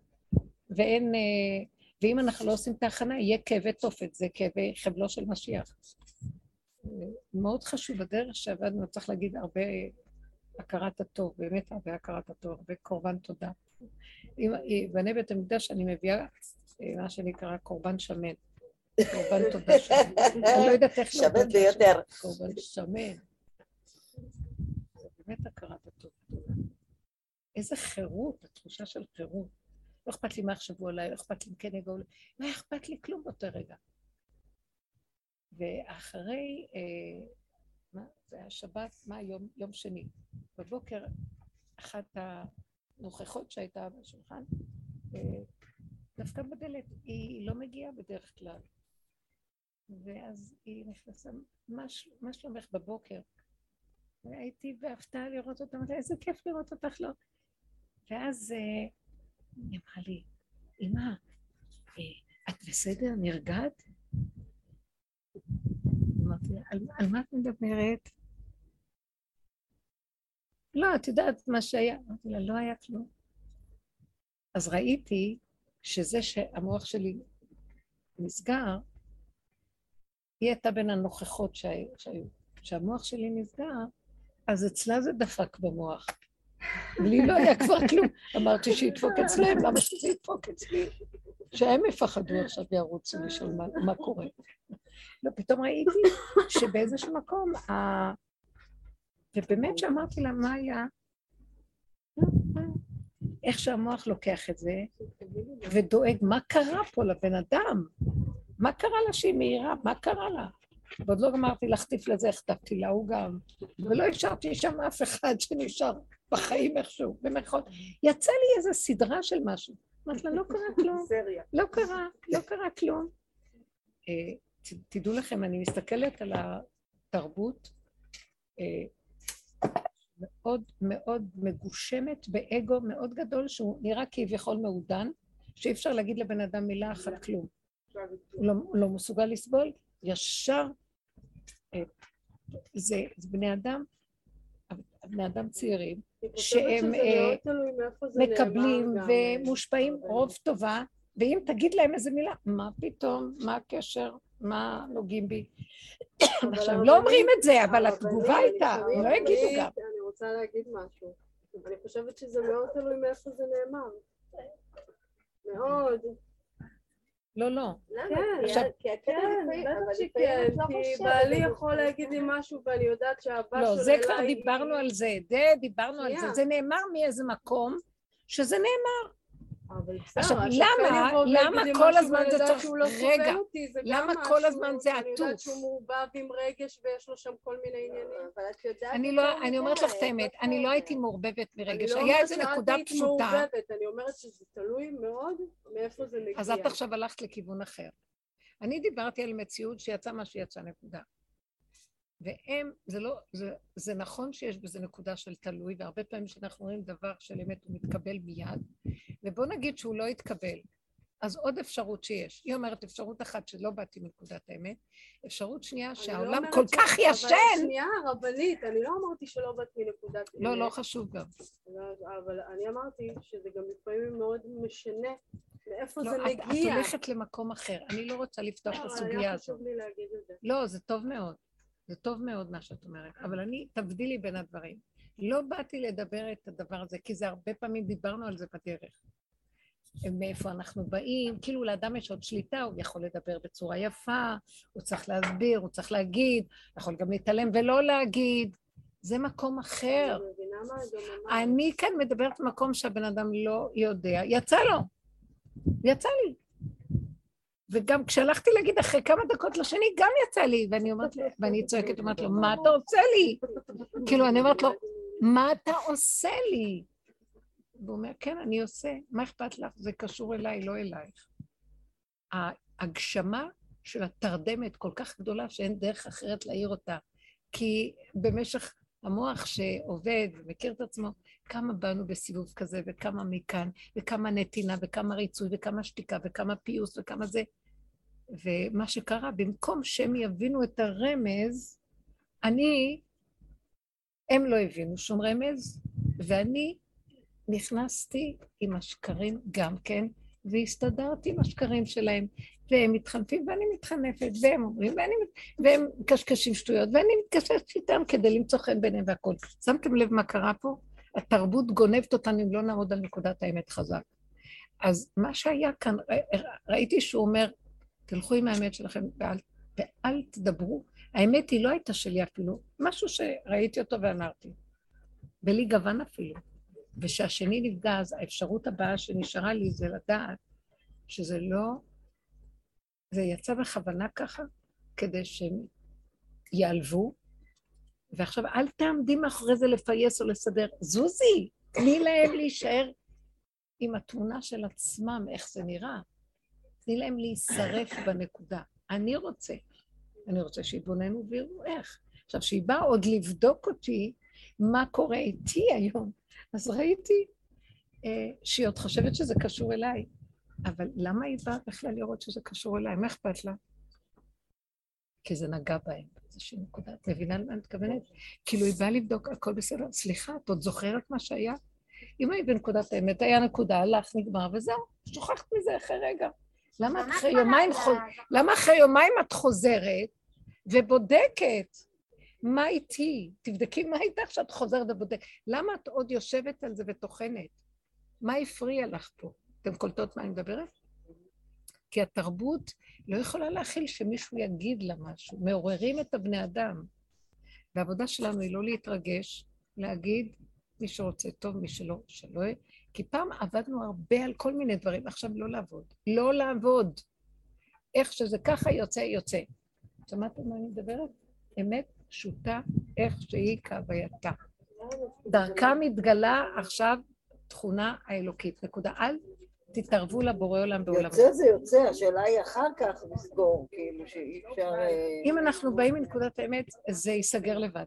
A: ואם אנחנו לא עושים את ההכנה, יהיה כאבי תופת, זה כאבי חבלו של משיח. מאוד חשוב בדרך שעבדנו, צריך להגיד הרבה הכרת הטוב, באמת הרבה הכרת הטוב, הרבה קורבן תודה. בני בית המקדש אני מביאה מה שנקרא קורבן שמן. קורבן תודה שמן. אני לא יודעת איך לא...
C: שמן ביותר.
A: קורבן שמן. זה באמת הכרת הטוב. איזה חירות, התחושה של חירות. לא אכפת לי מה יחשבו עליי, לא אכפת לי אם כן יגעו לי, לא אכפת לי כלום באותו רגע. ואחרי, זה היה שבת, יום שני. בבוקר, אחת הנוכחות שהייתה בשולחן, דווקא בדלת, היא לא מגיעה בדרך כלל. ואז היא נכנסה, מה שלומך בבוקר? והייתי בהפתעה לראות אותה, אמרתי, איזה כיף לראות אותך, לא? ואז היא אמרה לי, אמא, את בסדר? נרגעת? אמרתי, על מה את מדברת? לא, את יודעת מה שהיה. אמרתי לה, לא היה כלום. אז ראיתי שזה שהמוח שלי נסגר, היא הייתה בין הנוכחות שהיו. כשהמוח שלי נסגר, אז אצלה זה דפק במוח. לי לא היה כבר כלום. אמרתי שידפוק אצלהם, למה שזה ידפוק אצלי? שהם יפחדו עכשיו ירוצו לשאול מה קורה. לא, פתאום ראיתי שבאיזשהו מקום, ובאמת שאמרתי לה מה היה, איך שהמוח לוקח את זה, ודואג מה קרה פה לבן אדם, מה קרה לה שהיא מהירה, מה קרה לה? ועוד לא גמרתי להחטיף לזה, החטפתי לה, הוא גם, ולא השארתי שם אף אחד שנשאר בחיים איכשהו, במרכאות. יצא לי איזו סדרה של משהו, אמרת לה, לא קרה כלום, לא קרה כלום. תדעו לכם, אני מסתכלת על התרבות, מאוד מאוד מגושמת באגו מאוד גדול, שהוא נראה כביכול מעודן, שאי אפשר להגיד לבן אדם מילה אחת כלום. הוא לא מסוגל לסבול, ישר, זה בני אדם צעירים, שהם מקבלים ומושפעים רוב טובה, ואם תגיד להם איזה מילה, מה פתאום, מה הקשר, מה נוגעים בי? עכשיו, לא אומרים את זה, אבל התגובה הייתה, הם לא יגידו גם.
F: אני רוצה להגיד משהו. אני חושבת שזה מאוד תלוי מאיפה זה נאמר. מאוד.
A: לא.
F: כן, בטח שכן, כי בעלי יכול להגיד לי משהו ואני יודעת שהאבא
A: לא,
F: שלו
A: זה כבר דיברנו על זה, דיברנו על זה. זה נאמר מאיזה מקום שזה נאמר. עכשיו, למה כל הזמן זה צריך, רגע, למה כל הזמן זה עטוף?
F: אני יודעת שהוא מעובב עם רגש ויש לו שם כל מיני עניינים. אבל את יודעת...
A: אני אומרת לך את האמת, אני לא הייתי מעורבבת מרגש, היה איזה נקודה פשוטה.
F: אני אומרת שזה תלוי מאוד מאיפה זה מגיע.
A: אז את עכשיו הלכת לכיוון אחר. אני דיברתי על מציאות שיצא מה שיצא, נקודה. והם, זה נכון שיש בזה נקודה של תלוי, והרבה פעמים שאנחנו רואים דבר של אמת הוא מתקבל מיד, ובוא נגיד שהוא לא יתקבל, אז עוד אפשרות שיש. היא אומרת אפשרות אחת שלא באתי מנקודת האמת, אפשרות שנייה שהעולם כל כך ישן.
F: אבל שנייה, רבנית, אני לא אמרתי שלא באתי מנקודת האמת.
A: לא חשוב גם.
F: אבל אני אמרתי שזה גם לפעמים מאוד משנה מאיפה זה
A: מגיע. את הולכת למקום אחר, אני לא רוצה לפתוח את הסוגיה הזאת.
F: היה חשוב לי להגיד את זה.
A: לא, זה טוב מאוד. זה טוב מאוד מה שאת אומרת, אבל תבדילי בין הדברים. לא באתי לדבר את הדבר הזה, כי זה הרבה פעמים דיברנו על זה בדרך. מאיפה אנחנו באים, כאילו לאדם יש עוד שליטה, הוא יכול לדבר בצורה יפה, הוא צריך להסביר, הוא צריך להגיד, יכול גם להתעלם ולא להגיד, זה מקום אחר. אני כאן מדברת במקום שהבן אדם לא יודע, יצא לי. וגם כשהלכתי להגיד אחרי כמה דקות לשני, גם יצא לי, ואני צועקת, אומרת לו, מה אתה עושה לי? כאילו, אני אומרת לו, מה אתה עושה לי? והוא אומר, כן, אני עושה, מה אכפת לך? זה קשור אליי, לא אלייך. ההגשמה של התרדמת כל כך גדולה, שאין דרך אחרת להעיר אותה, כי במשך המוח שעובד ומכיר את עצמו, כמה באנו בסיבוב כזה, וכמה מכאן, וכמה נתינה, וכמה ריצוי, וכמה שתיקה, וכמה פיוס, וכמה זה. ומה שקרה, במקום שהם יבינו את הרמז, הם לא הבינו שום רמז, ואני נכנסתי עם השקרים גם כן, והסתדרתי עם השקרים שלהם, והם מתחנפים ואני מתחנפת, והם אומרים, והם קשקשים שטויות, ואני מתקשרת איתם כדי למצוא חן ביניהם והכל. שמתם לב מה קרה פה? התרבות גונבת אותנו אם לא נעמוד על נקודת האמת חזק. אז מה שהיה כאן, ראיתי שהוא אומר, תלכו עם האמת שלכם ואל תדברו. האמת היא לא הייתה שלי אפילו, משהו שראיתי אותו ואמרתי. בלי גוון אפילו. ושהשני נפגע, אז האפשרות הבאה שנשארה לי זה לדעת שזה לא, זה יצא בכוונה ככה, כדי שהם יעלבו, ועכשיו אל תעמדי מאחורי זה לפייס או לסדר. זוזי, תני להם להישאר עם התמונה של עצמם, איך זה נראה. תני להם להישרף בנקודה. אני רוצה שיתבוננו ויראו איך. עכשיו, שהיא באה עוד לבדוק אותי, מה קורה איתי היום, אז ראיתי שהיא עוד חושבת שזה קשור אליי. אבל למה היא באה בכלל לראות שזה קשור אליי? מה אכפת לה? כי זה נגע בהם. איזושהי נקודה. את מבינה למה אני מתכוונת? כאילו היא באה לבדוק, הכל בסדר. סליחה, את עוד זוכרת מה שהיה? אם היית בנקודת האמת, היה נקודה, הלך, נגמר, וזהו. שוכחת מזה אחרי רגע. למה אחרי יומיים את חוזרת ובודקת? מה איתי? תבדקי מה איתך שאת חוזרת ובודקת. למה את עוד יושבת על זה ותוכנת? מה הפריע לך פה? אתם קולטות מה אני מדברת? כי התרבות לא יכולה להכיל שמישהו יגיד לה משהו. מעוררים את הבני אדם. והעבודה שלנו היא לא להתרגש, להגיד מי שרוצה טוב, מי שלא, שלא. כי פעם עבדנו הרבה על כל מיני דברים, עכשיו לא לעבוד. לא לעבוד. איך שזה ככה יוצא. שמעתם מה אני מדברת? אמת פשוטה, איך שהיא כהווייתה. דרכה מתגלה עכשיו תכונה האלוקית. נקודה, אל תתערבו לבורא עולם בעולם.
E: יוצא זה יוצא, השאלה היא אחר כך לסגור, כאילו שאי אפשר...
A: אם אנחנו באים מנקודת האמת, זה ייסגר לבד.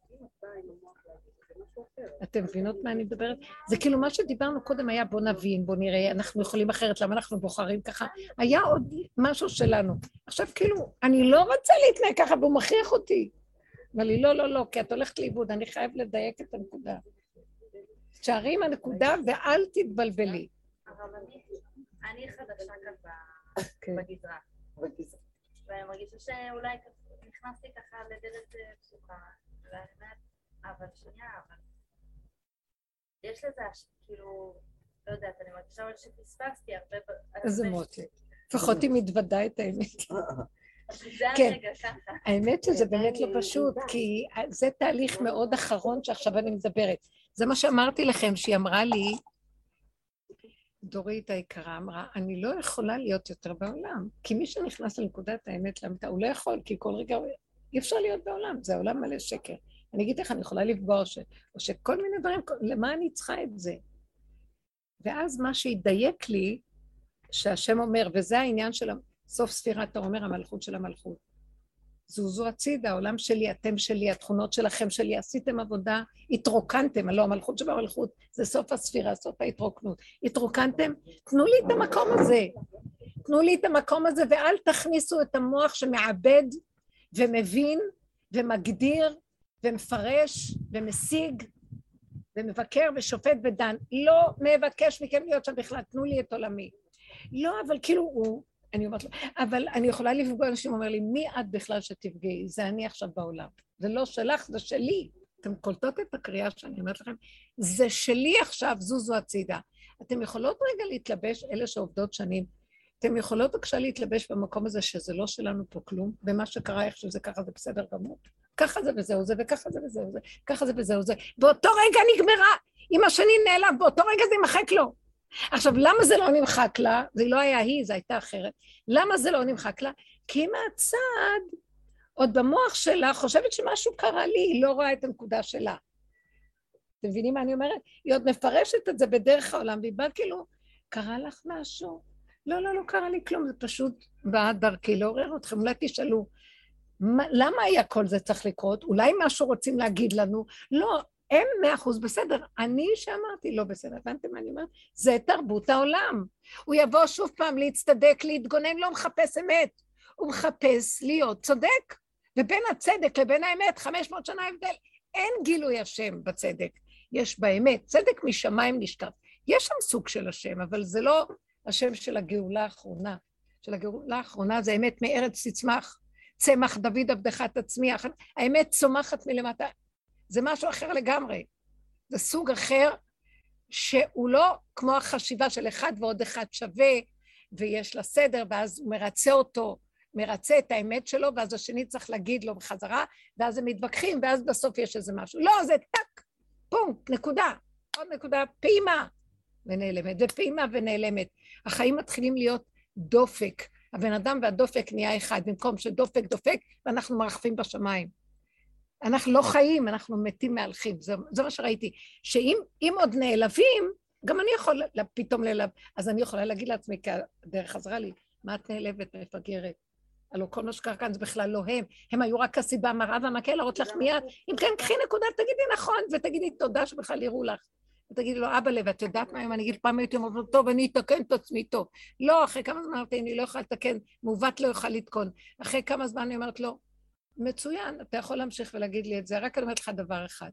A: אתם מבינות מה אני מדברת? זה כאילו מה שדיברנו קודם היה בוא נבין, בוא נראה, אנחנו יכולים אחרת, למה אנחנו בוחרים ככה? היה עוד משהו שלנו. עכשיו כאילו, אני לא רוצה להתנהג ככה, והוא מכריח אותי. אבל לי לא, כי את הולכת לאיבוד, אני חייב לדייק את הנקודה. תשארי עם הנקודה ואל תתבלבלי.
G: אני חדשה כאן בגזרה. ואני מרגישה שאולי נכנסתי ככה לדלת פתוחה, אבל שנייה, אבל יש לזה, כאילו, לא יודעת, אני מרגישה שפספסתי הרבה...
A: איזה מוטי. לפחות היא מתוודה את האמת.
G: זה
A: כן,
G: הרגע ככה.
A: האמת שזה באמת לא פשוט, כי זה תהליך מאוד אחרון שעכשיו אני מדברת. זה מה שאמרתי לכם, שהיא אמרה לי, דורית היקרה אמרה, אני לא יכולה להיות יותר בעולם, כי מי שנכנס לנקודת האמת לאמיתה, הוא לא יכול, כי כל רגע אי אפשר להיות בעולם, זה העולם מלא שקר. אני אגיד לך, אני יכולה לפגוע, או שכל מיני דברים, למה אני צריכה את זה? ואז מה שהתדייק לי, שהשם אומר, וזה העניין של סוף ספירת העומר, המלכות של המלכות. זוזו הצידה, העולם שלי, אתם שלי, התכונות שלכם שלי, עשיתם עבודה, התרוקנתם, לא, המלכות שבמלכות, זה סוף הספירה, סוף ההתרוקנות. התרוקנתם, תנו לי את המקום הזה. תנו לי את המקום הזה, ואל תכניסו את המוח שמעבד ומבין ומגדיר ומפרש ומשיג ומבקר ושופט ודן. לא מבקש מכם להיות שם בכלל, תנו לי את עולמי. לא, אבל כאילו הוא, אני אומרת לו, אבל אני יכולה לפגוע, אנשים אומר לי, מי את בכלל שתפגעי? זה אני עכשיו בעולם. זה לא שלך, זה שלי. אתם קולטות את הקריאה שאני אומרת לכם, זה שלי עכשיו, זוזו הצידה. אתם יכולות רגע להתלבש, אלה שעובדות שנים, אתם יכולות בבקשה להתלבש במקום הזה שזה לא שלנו פה כלום, במה שקרה איך שזה ככה זה בסדר גמור. ככה זה וזהו זה, וככה זה וזהו זה, ככה זה וזהו זה. באותו רגע נגמרה, אם השני נעלב, באותו רגע זה ימחק לו. עכשיו, למה זה לא נמחק לה? זה לא היה היא, זה הייתה אחרת. למה זה לא נמחק לה? כי היא מהצד, עוד במוח שלה, חושבת שמשהו קרה לי, היא לא רואה את הנקודה שלה. אתם מבינים מה אני אומרת? היא עוד מפרשת את זה בדרך העולם, והיא באה כאילו, קרה לך משהו? לא, לא, לא קרה לי כלום, זה פשוט באה דרכי לעורר אתכם. אולי תשאלו, למה היה כל זה צריך לקרות? אולי משהו רוצים להגיד לנו? לא, הם 100% בסדר. אני שאמרתי לא בסדר. הבנתם מה אני אומרת? זה תרבות העולם. הוא יבוא שוב פעם להצטדק, להתגונן, לא מחפש אמת. הוא מחפש להיות צודק. ובין הצדק לבין האמת, 500 שנה הבדל. אין גילוי השם בצדק. יש באמת. צדק משמיים נשקף. יש שם סוג של השם, אבל זה לא השם של הגאולה האחרונה. של הגאולה האחרונה זה אמת מארץ תצמח. צמח דוד עבדך תצמיח. האמת צומחת מלמטה. זה משהו אחר לגמרי. זה סוג אחר שהוא לא כמו החשיבה של אחד ועוד אחד שווה, ויש לה סדר, ואז הוא מרצה אותו, מרצה את האמת שלו, ואז השני צריך להגיד לו בחזרה, ואז הם מתווכחים, ואז בסוף יש איזה משהו. לא, זה טק, פונקט, נקודה. עוד נקודה, פעימה ונעלמת, ופעימה ונעלמת. החיים מתחילים להיות דופק. הבן אדם והדופק נהיה אחד, במקום שדופק דופק, ואנחנו מרחפים בשמיים. אנחנו לא חיים, אנחנו מתים מהלכים. זה מה שראיתי. שאם עוד נעלבים, גם אני יכול פתאום להעלב. אז אני יכולה להגיד לעצמי, כי הדרך עזרה לי, מה את נעלבת מפגרת? הלוא כל מה שקרה כאן זה בכלל לא הם. הם היו רק הסיבה, מראה והמקל, להראות לך מיד. אם כן, קחי נקודה, תגידי נכון, ותגידי תודה שבכלל יראו לך. ותגידי לו, אבא לב, את יודעת מה, אם אני אגיד פעם הייתי אומרת, טוב, אני אתקן את עצמי טוב. לא, אחרי כמה זמן אמרתי, אני לא יכולה לתקן, מעוות לא יוכל לתקון. אחרי כמה זמן אני אומרת לו, מצוין, אתה יכול להמשיך ולהגיד לי את זה, רק אני אומרת לך דבר אחד.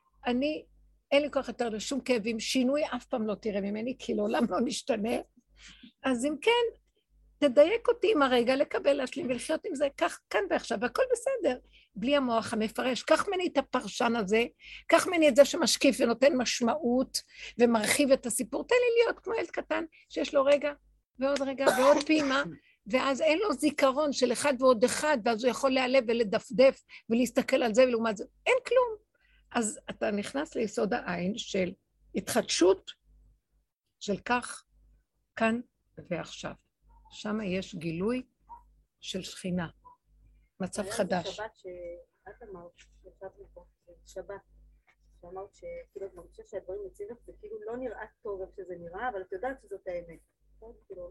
A: אין לי כוח יותר לשום כאבים, שינוי אף פעם לא תראה ממני, כי לעולם לא נשתנה. אז אם כן, תדייק אותי עם הרגע, לקבל, להשלים ולחיות עם זה, כך כאן ועכשיו, והכל בסדר. בלי המוח המפרש, קח ממני את הפרשן הזה, קח ממני את זה שמשקיף ונותן משמעות, ומרחיב את הסיפור, תן לי להיות כמו ילד קטן, שיש לו רגע, ועוד פעימה, ואז אין לו זיכרון של אחד ועוד אחד, ואז הוא יכול להיעלב ולדפדף, ולהסתכל על זה ולעומת זה, אין כלום. אז אתה נכנס ליסוד העין של התחדשות, של כך, כאן ועכשיו. שם יש גילוי של שכינה, מצב חדש.
B: היה שבת שאת אמרת, שישבנו פה, שבת, שאמרת שכאילו את מרגישה שהדברים מציבים, זה כאילו לא נראה טוב איך שזה נראה, אבל את יודעת שזאת האמת. כאילו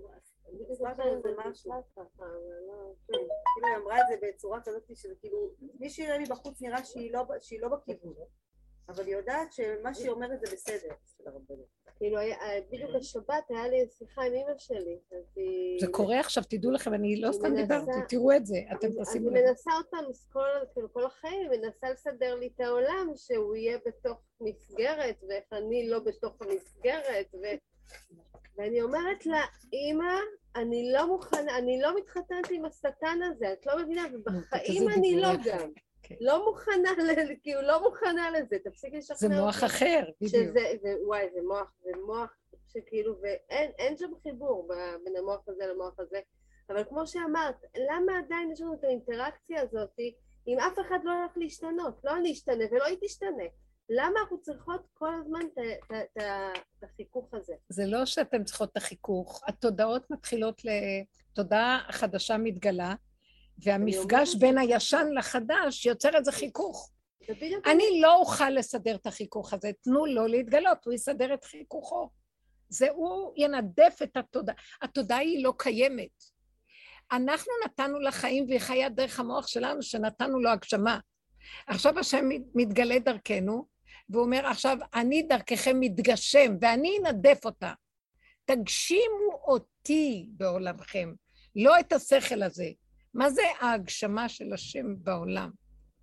B: היא אמרה את זה בצורה כזאת שזה כאילו, מי שיראה לי בחוץ נראה שהיא לא בכיוון, אבל היא יודעת שמה שהיא אומרת זה בסדר.
F: כאילו, בדיוק השבת היה לי שיחה עם אמא שלי.
A: זה קורה עכשיו, תדעו לכם, אני לא סתם דיברתי, תראו את זה, אתם תשימו לב.
F: אני מנסה אותם, כאילו כל החיים, אני מנסה לסדר לי את העולם, שהוא יהיה בתוך מסגרת, ואיך אני לא בתוך המסגרת, ואני אומרת לה, אמא, אני לא מוכנה, אני לא מתחתנת עם השטן הזה, את לא מבינה, ובחיים אני לא גם. לא מוכנה, כאילו לא מוכנה לזה, תפסיק לשכנע.
A: זה מוח אחר, בדיוק.
F: וואי, זה מוח שכאילו, ואין שם חיבור בין המוח הזה למוח הזה, אבל כמו שאמרת, למה עדיין יש לנו את האינטראקציה הזאת, אם אף אחד לא הולך להשתנות, לא אני אשתנה ולא היא תשתנה, למה אנחנו צריכות כל הזמן את החיכוך הזה?
A: זה לא שאתם צריכות את החיכוך, התודעות מתחילות תודעה חדשה מתגלה, והמפגש בין הישן לחדש יוצר איזה חיכוך. אני לא אוכל לסדר את החיכוך הזה, תנו לו להתגלות, הוא יסדר את חיכוכו. זה הוא ינדף את התודעה, התודעה היא לא קיימת. אנחנו נתנו לה חיים והיא חיה דרך המוח שלנו שנתנו לו הגשמה. עכשיו השם מתגלה דרכנו, והוא אומר עכשיו אני דרככם מתגשם ואני אנדף אותה. תגשימו אותי בעולמכם, לא את השכל הזה. מה זה ההגשמה של השם בעולם?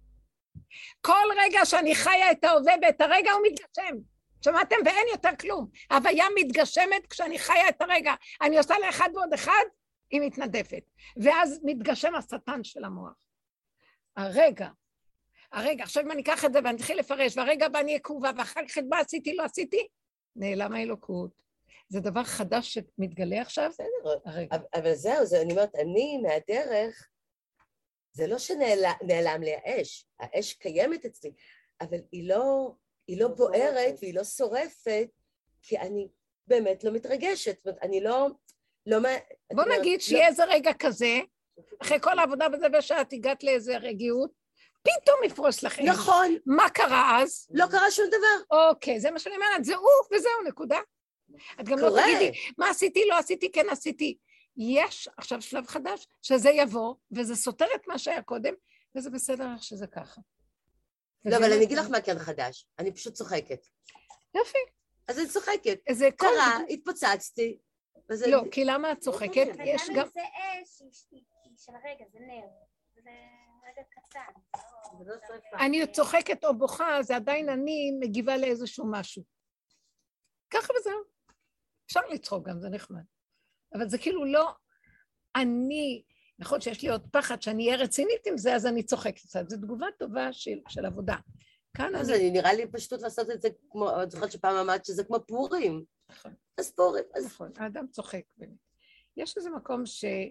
A: כל רגע שאני חיה את ההווה ואת הרגע הוא מתגשם. שמעתם? ואין יותר כלום. ההוויה מתגשמת כשאני חיה את הרגע. אני עושה לאחד ועוד אחד, היא מתנדפת. ואז מתגשם השטן של המוח. הרגע, עכשיו אם אני אקח את זה ואני אתחיל לפרש, והרגע הבא אני עקובה, ואחר כך מה עשיתי, לא עשיתי, נעלם האלוקות. זה דבר חדש שמתגלה עכשיו.
C: בסדר, אבל זהו, אני אומרת, אני מהדרך, זה לא שנעלם לי האש, האש קיימת אצלי, אבל היא לא בוערת והיא לא שורפת, כי אני באמת לא מתרגשת, זאת אומרת, אני לא...
A: בוא נגיד שיהיה איזה רגע כזה, אחרי כל העבודה בזה ושאת הגעת לאיזה רגיעות, פתאום יפרוס לכם.
C: נכון.
A: מה קרה אז?
C: לא קרה שום דבר.
A: אוקיי, זה מה שאני אומרת, זה וזהו, נקודה. את גם לא תגידי, מה עשיתי, לא עשיתי, כן עשיתי. יש עכשיו שלב חדש, שזה יבוא, וזה סותר את מה שהיה קודם, וזה בסדר איך שזה ככה.
C: לא, אבל אני אגיד לך מה כן חדש, אני פשוט צוחקת.
A: יופי.
C: אז אני צוחקת. קרה, התפוצצתי.
A: לא, כי למה את צוחקת? יש גם...
D: זה אש של הרגע, זה נר. זה רגע קטן.
A: אני צוחקת או בוכה, זה עדיין אני מגיבה לאיזשהו משהו. ככה וזהו. אפשר לצחוק גם, זה נחמד. אבל זה כאילו לא, אני, נכון שיש לי עוד פחד שאני אהיה רצינית עם זה, אז אני צוחקת קצת. זו תגובה טובה של עבודה.
C: אז אני נראה לי פשוט לעשות את זה כמו, את זוכרת שפעם אמרת שזה כמו פורים.
A: נכון.
C: אז פורים.
A: נכון, האדם צוחק באמת. יש איזה מקום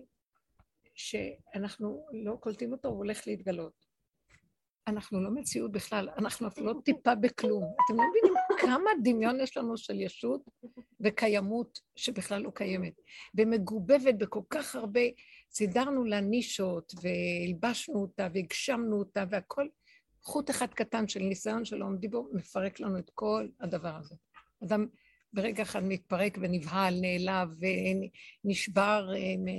A: שאנחנו לא קולטים אותו, הוא הולך להתגלות. אנחנו לא מציאות בכלל, אנחנו אפילו לא טיפה בכלום. אתם לא מבינים כמה דמיון יש לנו של ישות וקיימות שבכלל לא קיימת. ומגובבת בכל כך הרבה, סידרנו לה נישות והלבשנו אותה והגשמנו אותה והכל, חוט אחד קטן של ניסיון שלא עומדים בו, מפרק לנו את כל הדבר הזה. אדם ברגע אחד מתפרק ונבהל, נעלב ונשבר,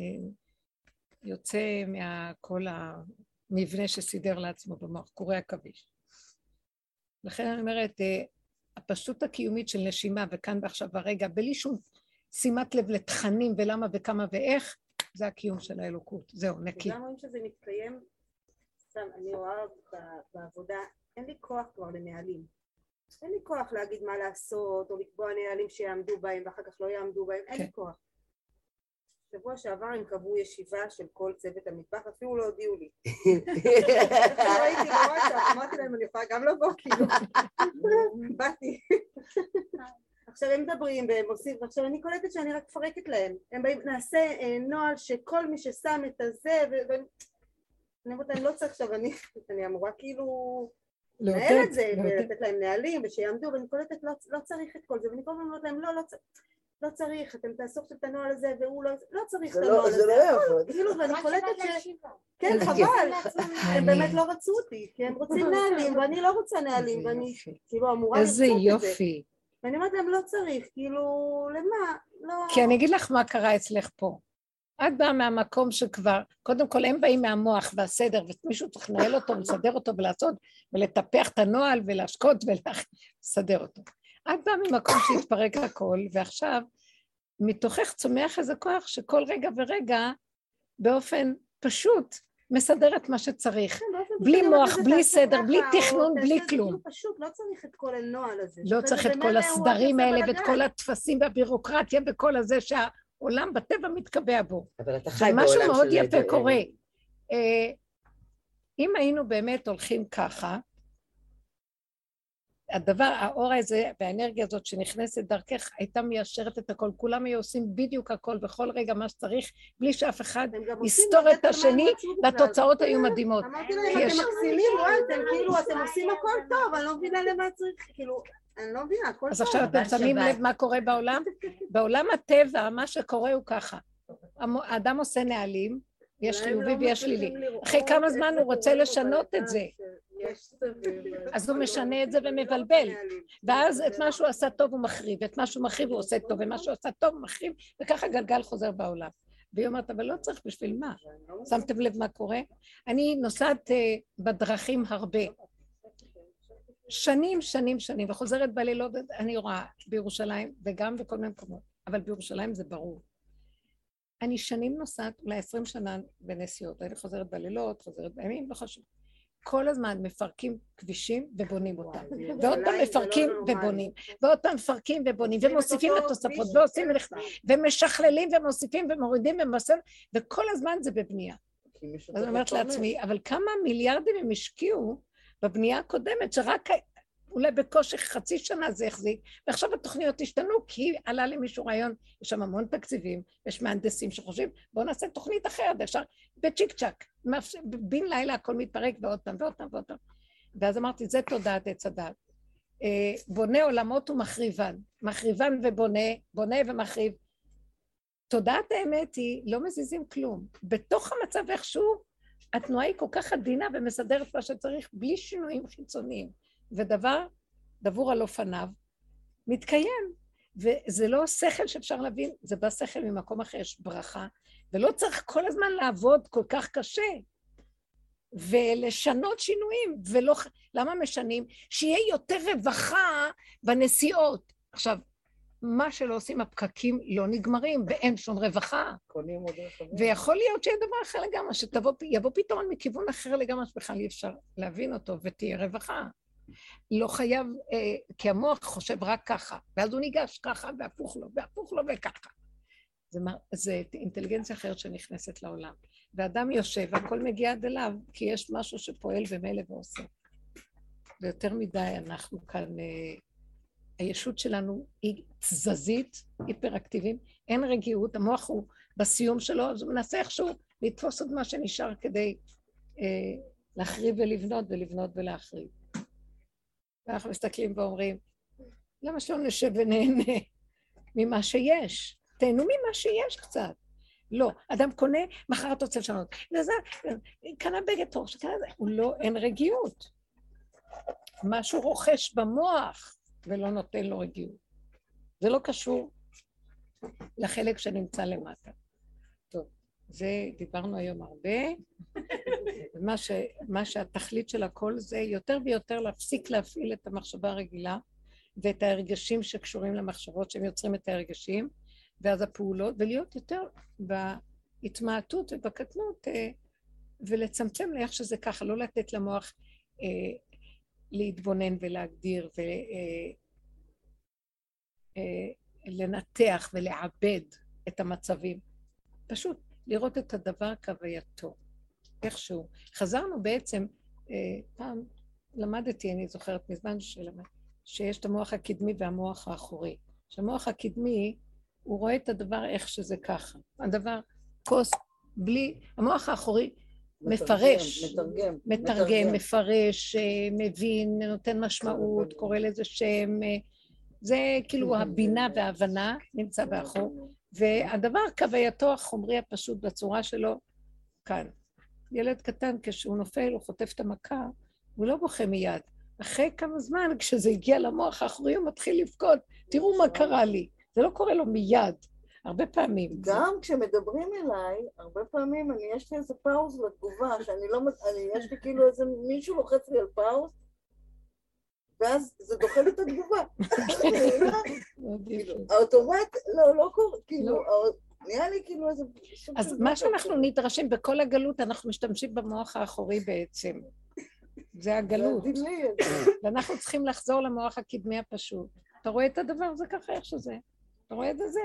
A: יוצא מכל המבנה שסידר לעצמו במוח, קורא עכביש. לכן אני אומרת, הפשוט הקיומית של נשימה וכאן ועכשיו הרגע, בלי שום שימת לב לתכנים ולמה וכמה ואיך, זה הקיום של האלוקות. זהו, נקי.
B: וגם רואים שזה מתקיים, סתם, אני רואה בעבודה, אין לי כוח כבר לנהלים. אין לי כוח להגיד מה לעשות, או לקבוע נהלים שיעמדו בהם ואחר כך לא יעמדו בהם, אין לי כוח. שבוע שעבר הם קבעו ישיבה של כל צוות המטבח, אפילו לא הודיעו לי. ראיתי בוואטסאפ, אמרתי להם, אני יכולה גם לבוא, כאילו. באתי. עכשיו הם מדברים והם עושים, ועכשיו אני קולטת שאני רק מפרקת להם. הם באים, נעשה נוהל שכל מי ששם את הזה, ואני אומרת להם, לא צריך עכשיו, אני אמורה כאילו לנהל את זה, ולתת להם נהלים, ושיעמדו, ואני קולטת, לא צריך את כל זה, ואני כל הזמן אומרת להם, לא צריך, אתם תעשו את הנוהל הזה, והוא לא צריך את הנוהל הזה.
C: זה לא יעבוד.
B: כאילו, ואני קולטת כן, חבל. הם באמת לא רצו אותי, כי הם רוצים נהלים, ואני לא רוצה נהלים, ואני כאילו אמורה לרצות את זה.
A: איזה יופי.
B: ואני אומרת להם, לא צריך, כאילו, למה? לא...
A: כי אני אגיד לך מה קרה אצלך פה. את באה מהמקום שכבר, קודם כל הם באים מהמוח והסדר, ומישהו צריך לנהל אותו, לסדר אותו ולעשות, ולטפח את הנוהל ולהשקות ולסדר אותו. את באה ממקום שהתפרק הכל, ועכשיו מתוכך צומח איזה כוח שכל רגע ורגע, באופן פשוט, מסדר את מה שצריך. בלי מוח, בלי סדר, בלי תכנון, בלי כלום.
B: פשוט לא צריך את כל הנוהל הזה.
A: לא צריך את כל הסדרים האלה, ואת כל התפסים והבירוקרטיה, וכל הזה שהעולם בטבע מתקבע בו.
C: אבל אתה חי בעולם
A: משהו
C: של...
A: מאוד יפה קורה. אם היינו באמת הולכים ככה, האור הזה והאנרגיה הזאת שנכנסת דרכך הייתה מיישרת את הכל, כולם היו עושים בדיוק הכל בכל רגע מה שצריך, בלי שאף אחד יסתור את השני, והתוצאות היו מדהימות.
B: אמרתי להם, אתם מקסימים, אתם עושים הכל טוב, אני לא מבינה למה צריך, כאילו, אני לא מבינה, הכל טוב.
A: אז עכשיו אתם שמים לב מה קורה בעולם? בעולם הטבע, מה שקורה הוא ככה, האדם עושה נהלים, יש חיובי ויש שלילי. אחרי כמה זמן הוא רוצה לשנות את זה. אז הוא משנה את זה ומבלבל. ואז את מה שהוא עשה טוב הוא מחריב, ואת מה שהוא מחריב הוא עושה טוב, ומה שהוא עשה טוב הוא מחריב, וככה גלגל חוזר בעולם. והיא אומרת, אבל לא צריך בשביל מה? שמתם לב מה קורה? אני נוסעת בדרכים הרבה. שנים, וחוזרת בלילות, אני רואה בירושלים, וגם בכל מיני מקומות, אבל בירושלים זה ברור. אני שנים נוסעת, אולי 20 שנה בנסיעות, אני חוזרת בלילות, חוזרת בימים, לא חשוב. כל הזמן מפרקים כבישים ובונים אותם. ועוד פעם מפרקים ובונים, ועוד פעם מפרקים ובונים, ומוסיפים לתוספות, ועושים ומשכללים ומוסיפים ומורידים ומסם, וכל הזמן זה בבנייה. אז אני אומרת לעצמי, אבל כמה מיליארדים הם השקיעו בבנייה הקודמת, שרק אולי בקושי חצי שנה זה החזיק, ועכשיו התוכניות השתנו, כי עלה למישהו רעיון, יש שם המון תקציבים, יש מהנדסים שחושבים, בואו נעשה תוכנית אחרת, אפשר בצ'יק צ'ק, בין לילה הכל מתפרק ועוד פעם ועוד פעם ועוד פעם. ואז אמרתי, זה תודעת עץ הדעת. בונה עולמות ומחריבן, מחריבן ובונה, בונה ומחריב. תודעת האמת היא, לא מזיזים כלום. בתוך המצב איכשהו, התנועה היא כל כך עדינה ומסדרת מה שצריך, בלי שינויים חיצוניים. ודבר, דבור על אופניו, מתקיים. וזה לא שכל שאפשר להבין, זה בא שכל ממקום אחר, יש ברכה, ולא צריך כל הזמן לעבוד כל כך קשה, ולשנות שינויים, ולא, למה משנים? שיהיה יותר רווחה בנסיעות. עכשיו, מה שלא עושים הפקקים לא נגמרים, ואין שום רווחה. ויכול להיות שיהיה דבר אחר לגמרי, שיבוא פתרון מכיוון אחר לגמרי, שבכלל אי אפשר להבין אותו, ותהיה רווחה. לא חייב, כי המוח חושב רק ככה, ואז הוא ניגש ככה, והפוך לו וככה. זה אינטליגנציה אחרת שנכנסת לעולם. ואדם יושב, והכל מגיע עד אליו, כי יש משהו שפועל ומלא ועושה. ויותר מדי אנחנו כאן, הישות שלנו היא תזזית, היפראקטיביים, אין רגיעות, המוח הוא בסיום שלו, אז הוא מנסה איכשהו לתפוס עוד מה שנשאר כדי להחריב ולבנות ולהחריב. ואנחנו מסתכלים ואומרים, למה שלא נשב ונהנה ממה שיש? תהנו ממה שיש קצת. לא, אדם קונה, מחר אתה רוצה לשנות. וזה, קנה בגד טוב, הוא לא, אין רגיעות. משהו רוכש במוח, ולא נותן לו רגיעות. זה לא קשור לחלק שנמצא למטה. טוב, זה דיברנו היום הרבה, ומה שהתכלית של הכל זה יותר ויותר להפסיק להפעיל את המחשבה הרגילה, ואת ההרגשים שקשורים למחשבות שהם יוצרים את ההרגשים, ואז הפעולות, ולהיות יותר בהתמעטות ובקטנות, ולצמצם לאיך שזה ככה, לא לתת למוח להתבונן ולהגדיר ולנתח ולעבד את המצבים. פשוט לראות את הדבר כהווייתו, איכשהו. חזרנו בעצם, פעם למדתי, אני זוכרת מזמן שיש את המוח הקדמי והמוח האחורי. שהמוח הקדמי, הוא רואה את הדבר איך שזה ככה. הדבר כוס בלי, המוח האחורי מפרש, מתרגם, מפרש, מבין, נותן משמעות, קורא לזה שם, זה כאילו הבינה וההבנה נמצא באחור, והדבר כווייתו החומרי הפשוט בצורה שלו כאן. ילד קטן כשהוא נופל, הוא חוטף את המכה, הוא לא בוכה מיד. אחרי כמה זמן, כשזה הגיע למוח האחורי, הוא מתחיל לבכות, תראו מה קרה לי. זה לא קורה לו מיד, הרבה פעמים.
E: גם כשמדברים אליי, הרבה פעמים יש לי איזה פאוז לתגובה, שאני לא, יש לי כאילו איזה מישהו לוחץ לי על פאוז, ואז זה דוחה לי את התגובה. האוטומט, לא קורה, כאילו, נראה לי כאילו איזה...
A: אז מה שאנחנו נדרשים בכל הגלות, אנחנו משתמשים במוח האחורי בעצם. זה הגלות. ואנחנו צריכים לחזור למוח הקדמי הפשוט. אתה רואה את הדבר, זה ככה איך שזה. אתה רואה את זה?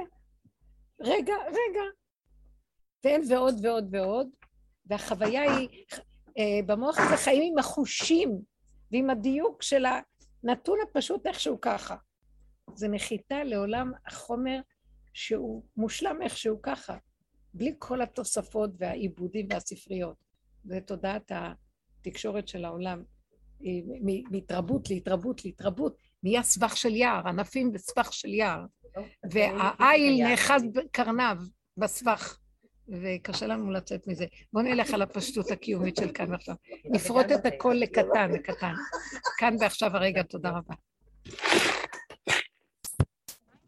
A: רגע. ואין ועוד ועוד ועוד, והחוויה היא, במוח הזה חיים עם החושים, ועם הדיוק של הנתון הפשוט איכשהו ככה. זה נחיתה לעולם החומר שהוא מושלם איכשהו ככה, בלי כל התוספות והעיבודים והספריות. זה תודעת התקשורת של העולם, מהתרבות להתרבות להתרבות, נהיה סבך של יער, ענפים בסבך של יער, והעיל נאחז בקרניו בסבך, וקשה לנו לצאת מזה. בואו נלך על הפשטות הקיומית של כאן ועכשיו. נפרוט את הכל לקטן, לקטן. כאן ועכשיו הרגע, תודה רבה.